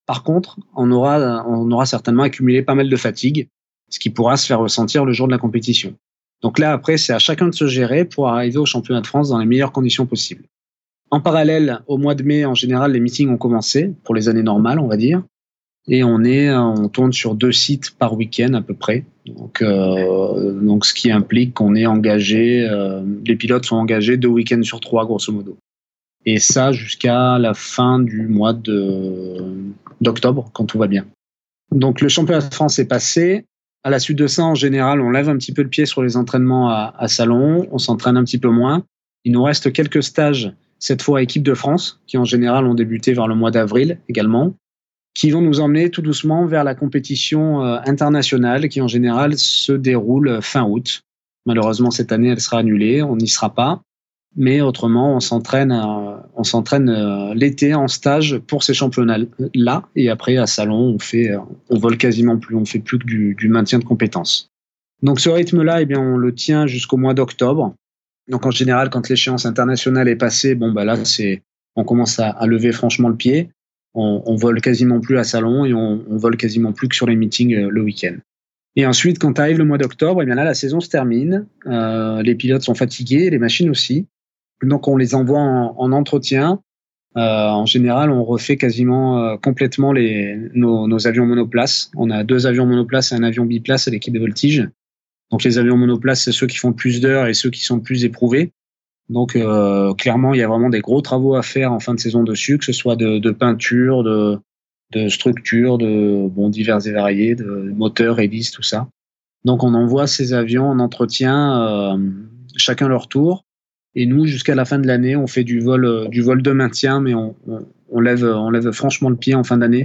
Par contre, on aura, on aura certainement accumulé pas mal de fatigue, ce qui pourra se faire ressentir le jour de la compétition. Donc là, après, c'est à chacun de se gérer pour arriver au championnat de France dans les meilleures conditions possibles. En parallèle, au mois de mai, en général, les meetings ont commencé, pour les années normales, on va dire. Et on est, on tourne sur deux sites par week-end à peu près. Donc, euh, donc ce qui implique qu'on est engagé, euh, les pilotes sont engagés deux week-ends sur trois, grosso modo. Et ça jusqu'à la fin du mois de, d'octobre, quand tout va bien. Donc le championnat de France est passé. À la suite de ça, en général, on lève un petit peu le pied sur les entraînements à, à Salon. On s'entraîne un petit peu moins. Il nous reste quelques stages, cette fois équipe de France, qui en général ont débuté vers le mois d'avril également, qui vont nous emmener tout doucement vers la compétition euh, internationale qui en général se déroule fin août. Malheureusement, cette année, elle sera annulée, on n'y sera pas. Mais autrement, on s'entraîne, euh, on s'entraîne euh, l'été en stage pour ces championnats-là. Et après, à Salon, on fait, euh, on vole quasiment plus, on fait plus que du, du maintien de compétences. Donc ce rythme-là, eh bien, on le tient jusqu'au mois d'octobre. Donc en général, quand l'échéance internationale est passée, bon bah là, c'est, on commence à, à lever franchement le pied. On, on vole quasiment plus à Salon et on, on vole quasiment plus que sur les meetings euh, le week-end. Et ensuite, quand arrive le mois d'octobre, eh bien là, la saison se termine. Euh, les pilotes sont fatigués, les machines aussi. Donc, on les envoie en, en entretien. Euh, en général, on refait quasiment euh, complètement les, nos, nos avions monoplaces. On a deux avions monoplaces et un avion biplace à l'équipe de voltige. Donc, les avions monoplaces, c'est ceux qui font le plus d'heures et ceux qui sont le plus éprouvés. Donc, euh, clairement, il y a vraiment des gros travaux à faire en fin de saison dessus, que ce soit de, de peinture, de, de structure, de bon, divers et variés, de moteurs, hélices, tout ça. Donc, on envoie ces avions en entretien, euh, chacun leur tour. Et nous, jusqu'à la fin de l'année, on fait du vol, du vol de maintien, mais on, on, on, lève, on lève franchement le pied en fin d'année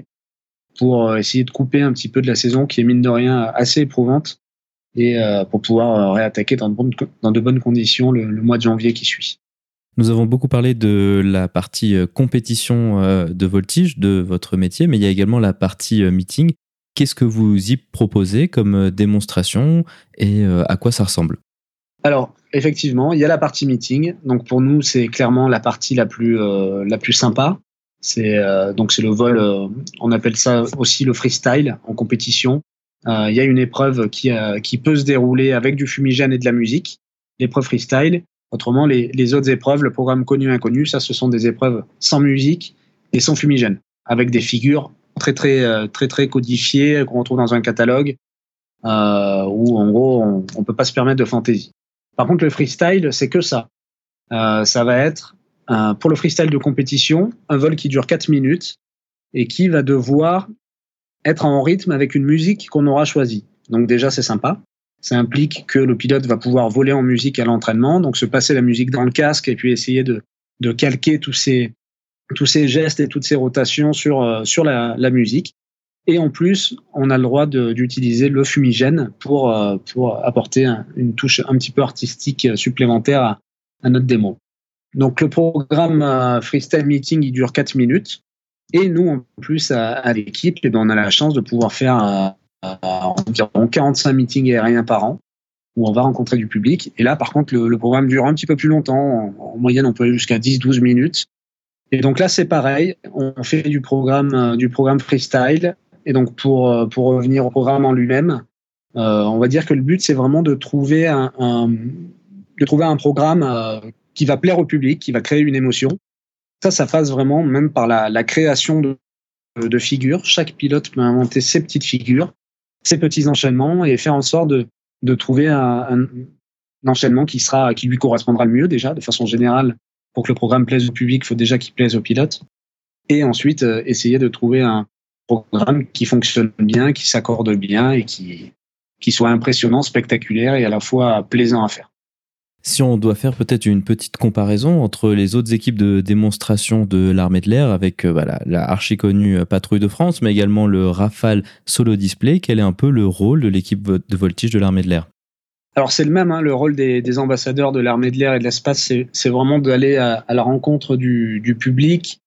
pour essayer de couper un petit peu de la saison qui est, mine de rien, assez éprouvante et euh, pour pouvoir réattaquer dans de bonnes, dans de bonnes conditions le, le mois de janvier qui suit. Nous avons beaucoup parlé de la partie compétition de voltige de votre métier, mais il y a également la partie meeting. Qu'est-ce que vous y proposez comme démonstration et à quoi ça ressemble ? Alors, effectivement, il y a la partie meeting. Donc, pour nous, c'est clairement la partie la plus, euh, la plus sympa. C'est, euh, donc, c'est le vol, euh, on appelle ça aussi le freestyle en compétition. Euh, il y a une épreuve qui, euh, qui peut se dérouler avec du fumigène et de la musique, l'épreuve freestyle. Autrement, les, les autres épreuves, le programme connu et inconnu, ça, ce sont des épreuves sans musique et sans fumigène, avec des figures très, très, très, très codifiées qu'on retrouve dans un catalogue, euh, où, en gros, on ne peut pas se permettre de fantaisie. Par contre, le freestyle, c'est que ça. Euh, ça va être, euh, pour le freestyle de compétition, un vol qui dure quatre minutes et qui va devoir être en rythme avec une musique qu'on aura choisie. Donc déjà, c'est sympa. Ça implique que le pilote va pouvoir voler en musique à l'entraînement, donc se passer la musique dans le casque et puis essayer de, de calquer tous ces, tous ces gestes et toutes ces rotations sur, euh, sur la, la musique. Et en plus, on a le droit de, d'utiliser le fumigène pour, euh, pour apporter un, une touche un petit peu artistique supplémentaire à, à notre démo. Donc le programme euh, Freestyle Meeting, il dure quatre minutes. Et nous, en plus, à, à l'équipe, eh ben, on a la chance de pouvoir faire euh, environ quarante-cinq meetings aériens par an, où on va rencontrer du public. Et là, par contre, le, le programme dure un petit peu plus longtemps. En, en moyenne, on peut aller jusqu'à dix à douze minutes. Et donc là, c'est pareil. On fait du programme, euh, du programme freestyle. Et donc, pour, pour revenir au programme en lui-même, euh, on va dire que le but, c'est vraiment de trouver un, un, de trouver un programme euh, qui va plaire au public, qui va créer une émotion. Ça, ça passe vraiment même par la, la création de, de figures. Chaque pilote peut inventer ses petites figures, ses petits enchaînements et faire en sorte de, de trouver un, un, un enchaînement qui, sera, qui lui correspondra le mieux déjà, de façon générale. Pour que le programme plaise au public, il faut déjà qu'il plaise au pilote. Et ensuite, euh, essayer de trouver un programme qui fonctionne bien, qui s'accorde bien et qui, qui soit impressionnant, spectaculaire et à la fois plaisant à faire. Si on doit faire peut-être une petite comparaison entre les autres équipes de démonstration de l'armée de l'air avec euh, voilà, la archi connue Patrouille de France, mais également le Rafale Solo Display, quel est un peu le rôle de l'équipe de voltige de l'armée de l'air ? Alors c'est le même, hein, le rôle des, des ambassadeurs de l'armée de l'air et de l'espace, c'est, c'est vraiment d'aller à, à la rencontre du, du public,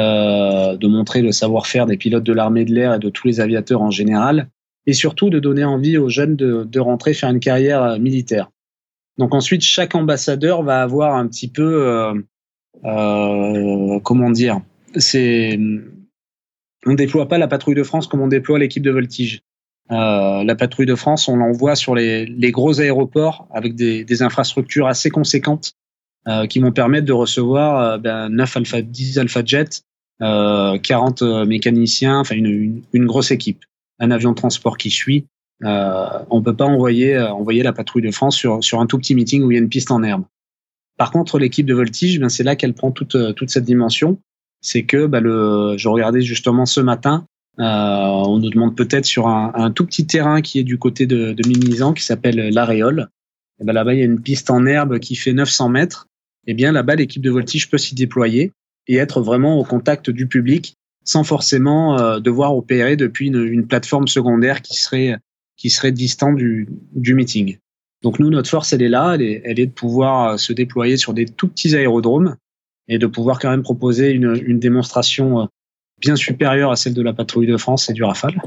euh, de montrer le savoir-faire des pilotes de l'armée de l'air et de tous les aviateurs en général, et surtout de donner envie aux jeunes de, de rentrer faire une carrière militaire. Donc ensuite, chaque ambassadeur va avoir un petit peu, euh, euh, comment dire, c'est on ne déploie pas la patrouille de France comme on déploie l'équipe de voltige. Euh, la patrouille de France, on l'envoie sur les, les gros aéroports avec des, des infrastructures assez conséquentes euh, qui vont permettre de recevoir euh, ben, neuf Alpha, dix Alpha Jet, euh, quarante mécaniciens, enfin une, une, une grosse équipe, un avion de transport qui suit. Euh, on ne peut pas envoyer, euh, envoyer la patrouille de France sur, sur un tout petit meeting où il y a une piste en herbe. Par contre, l'équipe de voltige, ben, c'est là qu'elle prend toute, toute cette dimension. C'est que ben, le, je regardais justement ce matin, euh, on nous demande peut-être sur un, un tout petit terrain qui est du côté de, de Mimizan, qui s'appelle l'Aréole. Et ben, là-bas, il y a une piste en herbe qui fait neuf cents mètres. Et bien là-bas, l'équipe de voltige peut s'y déployer et être vraiment au contact du public sans forcément euh, devoir opérer depuis une, une plateforme secondaire qui serait, qui serait distante du, du meeting. Donc nous, notre force, elle est là, elle est, elle est de pouvoir se déployer sur des tout petits aérodromes et de pouvoir quand même proposer une, une démonstration bien supérieure à celle de la patrouille de France et du Rafale.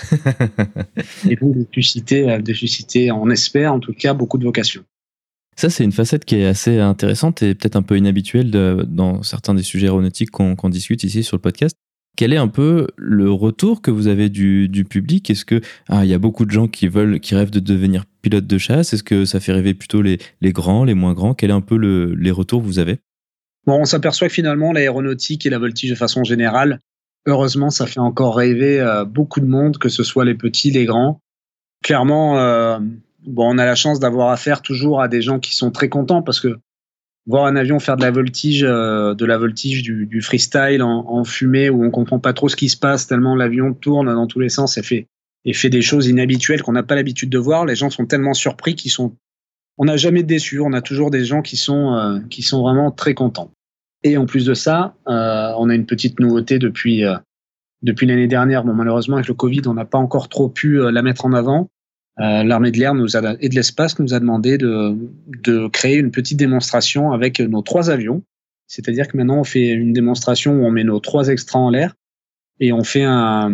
Et donc de susciter, de susciter, on espère en tout cas, beaucoup de vocations. Ça, c'est une facette qui est assez intéressante et peut-être un peu inhabituelle de, dans certains des sujets aéronautiques qu'on, qu'on discute ici sur le podcast. Quel est un peu le retour que vous avez du, du public ? Est-ce que ah, il y a beaucoup de gens qui veulent, qui rêvent de devenir pilote de chasse ? Est-ce que ça fait rêver plutôt les, les grands, les moins grands ? Quel est un peu le, les retours que vous avez ? Bon, on s'aperçoit que finalement, l'aéronautique et la voltige de façon générale, heureusement, ça fait encore rêver euh, beaucoup de monde, que ce soit les petits, les grands. Clairement, euh, bon, on a la chance d'avoir affaire toujours à des gens qui sont très contents parce que voir un avion faire de la voltige, euh, de la voltige du, du freestyle en, en fumée où on comprend pas trop ce qui se passe tellement l'avion tourne dans tous les sens et fait, et fait des choses inhabituelles qu'on n'a pas l'habitude de voir. Les gens sont tellement surpris qu'ils sont, on n'a jamais déçu. On a toujours des gens qui sont, euh, qui sont vraiment très contents. Et en plus de ça, euh, on a une petite nouveauté depuis, euh, depuis l'année dernière. Bon, malheureusement, avec le Covid, on n'a pas encore trop pu euh, la mettre en avant. Euh, l'armée de l'air nous a, et de l'espace nous a demandé de, de créer une petite démonstration avec nos trois avions. C'est-à-dire que maintenant, on fait une démonstration où on met nos trois extras en l'air et on fait un,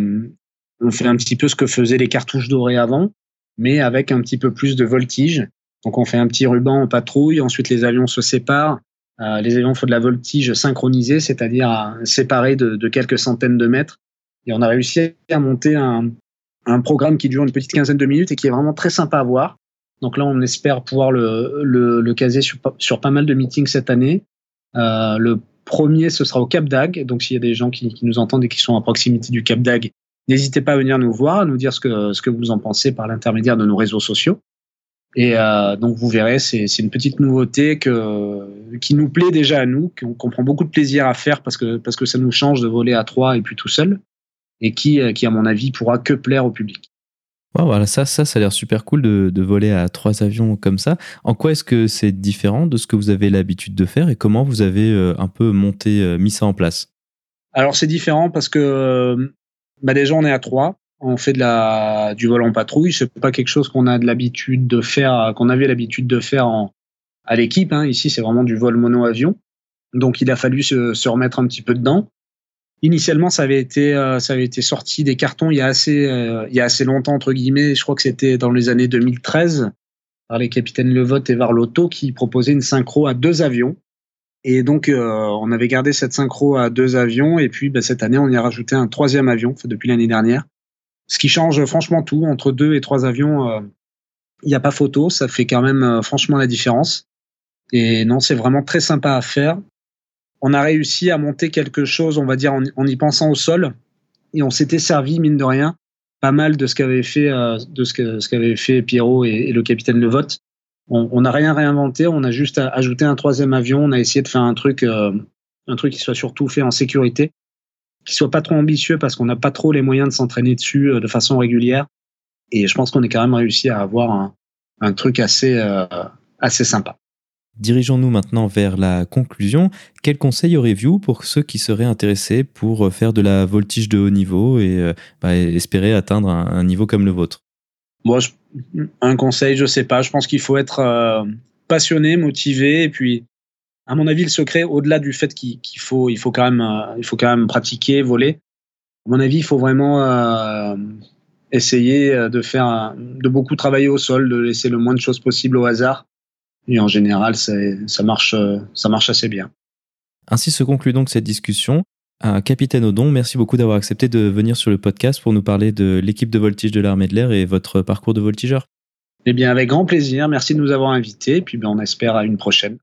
on fait un petit peu ce que faisaient les cartouches dorées avant, mais avec un petit peu plus de voltige. Donc, on fait un petit ruban en patrouille. Ensuite, les avions se séparent. Euh, les avions font de la voltige synchronisée, c'est-à-dire séparés de, de quelques centaines de mètres. Et on a réussi à monter un, un programme qui dure une petite quinzaine de minutes et qui est vraiment très sympa à voir. Donc là, on espère pouvoir le, le, le caser sur, sur pas mal de meetings cette année. Euh, le premier, ce sera au Cap d'Agde. Donc s'il y a des gens qui, qui nous entendent et qui sont à proximité du Cap d'Agde, n'hésitez pas à venir nous voir, à nous dire ce que, ce que vous en pensez par l'intermédiaire de nos réseaux sociaux. Et euh, donc vous verrez, c'est, c'est une petite nouveauté que, qui nous plaît déjà à nous, qu'on, qu'on prend beaucoup de plaisir à faire parce que, parce que ça nous change de voler à trois et puis tout seul. Et qui, qui, à mon avis, pourra que plaire au public. Wow, voilà, ça, ça, ça a l'air super cool de, de voler à trois avions comme ça. En quoi est-ce que c'est différent de ce que vous avez l'habitude de faire et comment vous avez euh, un peu monté, euh, mis ça en place ? Alors, c'est différent parce que bah déjà, on est à trois. On fait de la, du vol en patrouille. C'est pas quelque chose qu'on a de l'habitude de faire, qu'on avait l'habitude de faire en, à l'équipe. Hein. Ici, c'est vraiment du vol mono-avion. Donc, il a fallu se, se remettre un petit peu dedans. Initialement, ça avait été, euh, ça avait été sorti des cartons il y a assez, euh, il y a assez longtemps entre guillemets. Je crois que c'était dans les années deux mille treize par les capitaines Levotte et Varlotto qui proposaient une synchro à deux avions. Et donc, euh, on avait gardé cette synchro à deux avions. Et puis, bah, cette année, on y a rajouté un troisième avion, enfin, depuis l'année dernière. Ce qui change franchement tout. Entre deux et trois avions, il euh, n'y a pas photo. Ça fait quand même euh, franchement la différence. Et non, c'est vraiment très sympa à faire. On a réussi à monter quelque chose, on va dire, en, en y pensant au sol. Et on s'était servi, mine de rien, pas mal de ce qu'avait fait, euh, de ce, que, ce qu'avait fait Pierrot et, et le capitaine Levotte. On n'a rien réinventé, on a juste ajouté un troisième avion. On a essayé de faire un truc, euh, un truc qui soit surtout fait en sécurité, qui soit pas trop ambitieux parce qu'on n'a pas trop les moyens de s'entraîner dessus euh, de façon régulière. Et je pense qu'on est quand même réussi à avoir un, un truc assez, euh, assez sympa. Dirigeons-nous maintenant vers la conclusion. Quel conseil auriez-vous pour ceux qui seraient intéressés pour faire de la voltige de haut niveau et euh, bah, espérer atteindre un, un niveau comme le vôtre ? Moi, je, un conseil, je sais pas. Je pense qu'il faut être euh, passionné, motivé, et puis, à mon avis, le secret, au-delà du fait qu'il, qu'il faut, il faut quand même, euh, il faut quand même pratiquer, voler. À mon avis, il faut vraiment euh, essayer de faire, de beaucoup travailler au sol, de laisser le moins de choses possible au hasard. Et en général, c'est, ça marche, ça marche assez bien. Ainsi se conclut donc cette discussion. Ah, Capitaine Odon, merci beaucoup d'avoir accepté de venir sur le podcast pour nous parler de l'équipe de voltige de l'armée de l'air et votre parcours de voltigeur. Eh bien, avec grand plaisir. Merci de nous avoir invités. Et puis, ben, on espère à une prochaine.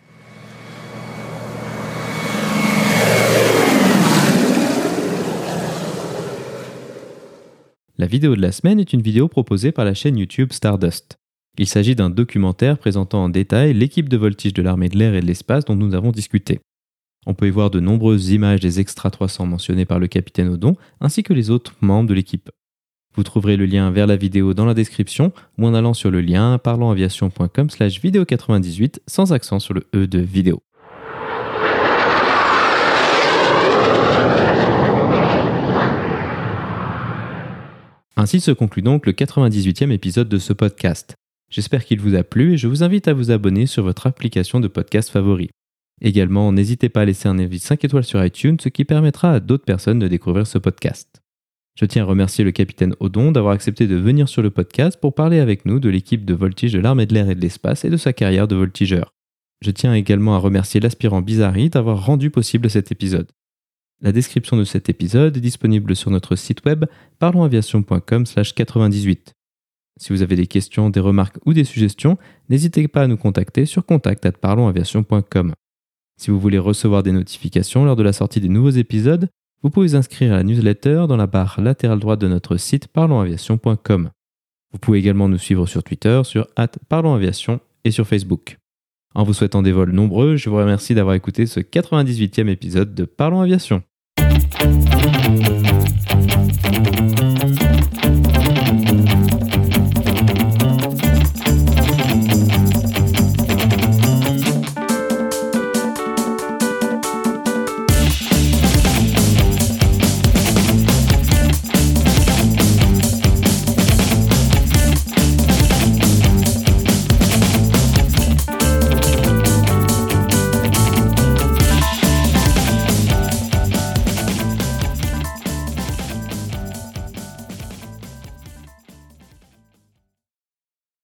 La vidéo de la semaine est une vidéo proposée par la chaîne YouTube Stardust. Il s'agit d'un documentaire présentant en détail l'équipe de voltige de l'armée de l'air et de l'espace dont nous avons discuté. On peut y voir de nombreuses images des Extra trois cents mentionnés par le capitaine Odon, ainsi que les autres membres de l'équipe. Vous trouverez le lien vers la vidéo dans la description ou en allant sur le lien parlonsaviation point com slash vidéo quatre-vingt-dix-huit sans accent sur le E de vidéo. Ainsi se conclut donc le quatre-vingt-dix-huitième épisode de ce podcast. J'espère qu'il vous a plu et je vous invite à vous abonner sur votre application de podcast favori. Également, n'hésitez pas à laisser un avis cinq étoiles sur iTunes, ce qui permettra à d'autres personnes de découvrir ce podcast. Je tiens à remercier le capitaine Odon d'avoir accepté de venir sur le podcast pour parler avec nous de l'équipe de voltige de l'armée de l'air et de l'espace et de sa carrière de voltigeur. Je tiens également à remercier l'aspirant Bizarri d'avoir rendu possible cet épisode. La description de cet épisode est disponible sur notre site web parlonsaviation point com slash quatre-vingt-dix-huit. Si vous avez des questions, des remarques ou des suggestions, n'hésitez pas à nous contacter sur contact arobase parlonsaviation point com. Si vous voulez recevoir des notifications lors de la sortie des nouveaux épisodes, vous pouvez vous inscrire à la newsletter dans la barre latérale droite de notre site parlonsaviation point com. Vous pouvez également nous suivre sur Twitter sur arobase parlonsaviation et sur Facebook. En vous souhaitant des vols nombreux, je vous remercie d'avoir écouté ce quatre-vingt-dix-huitième épisode de Parlons Aviation.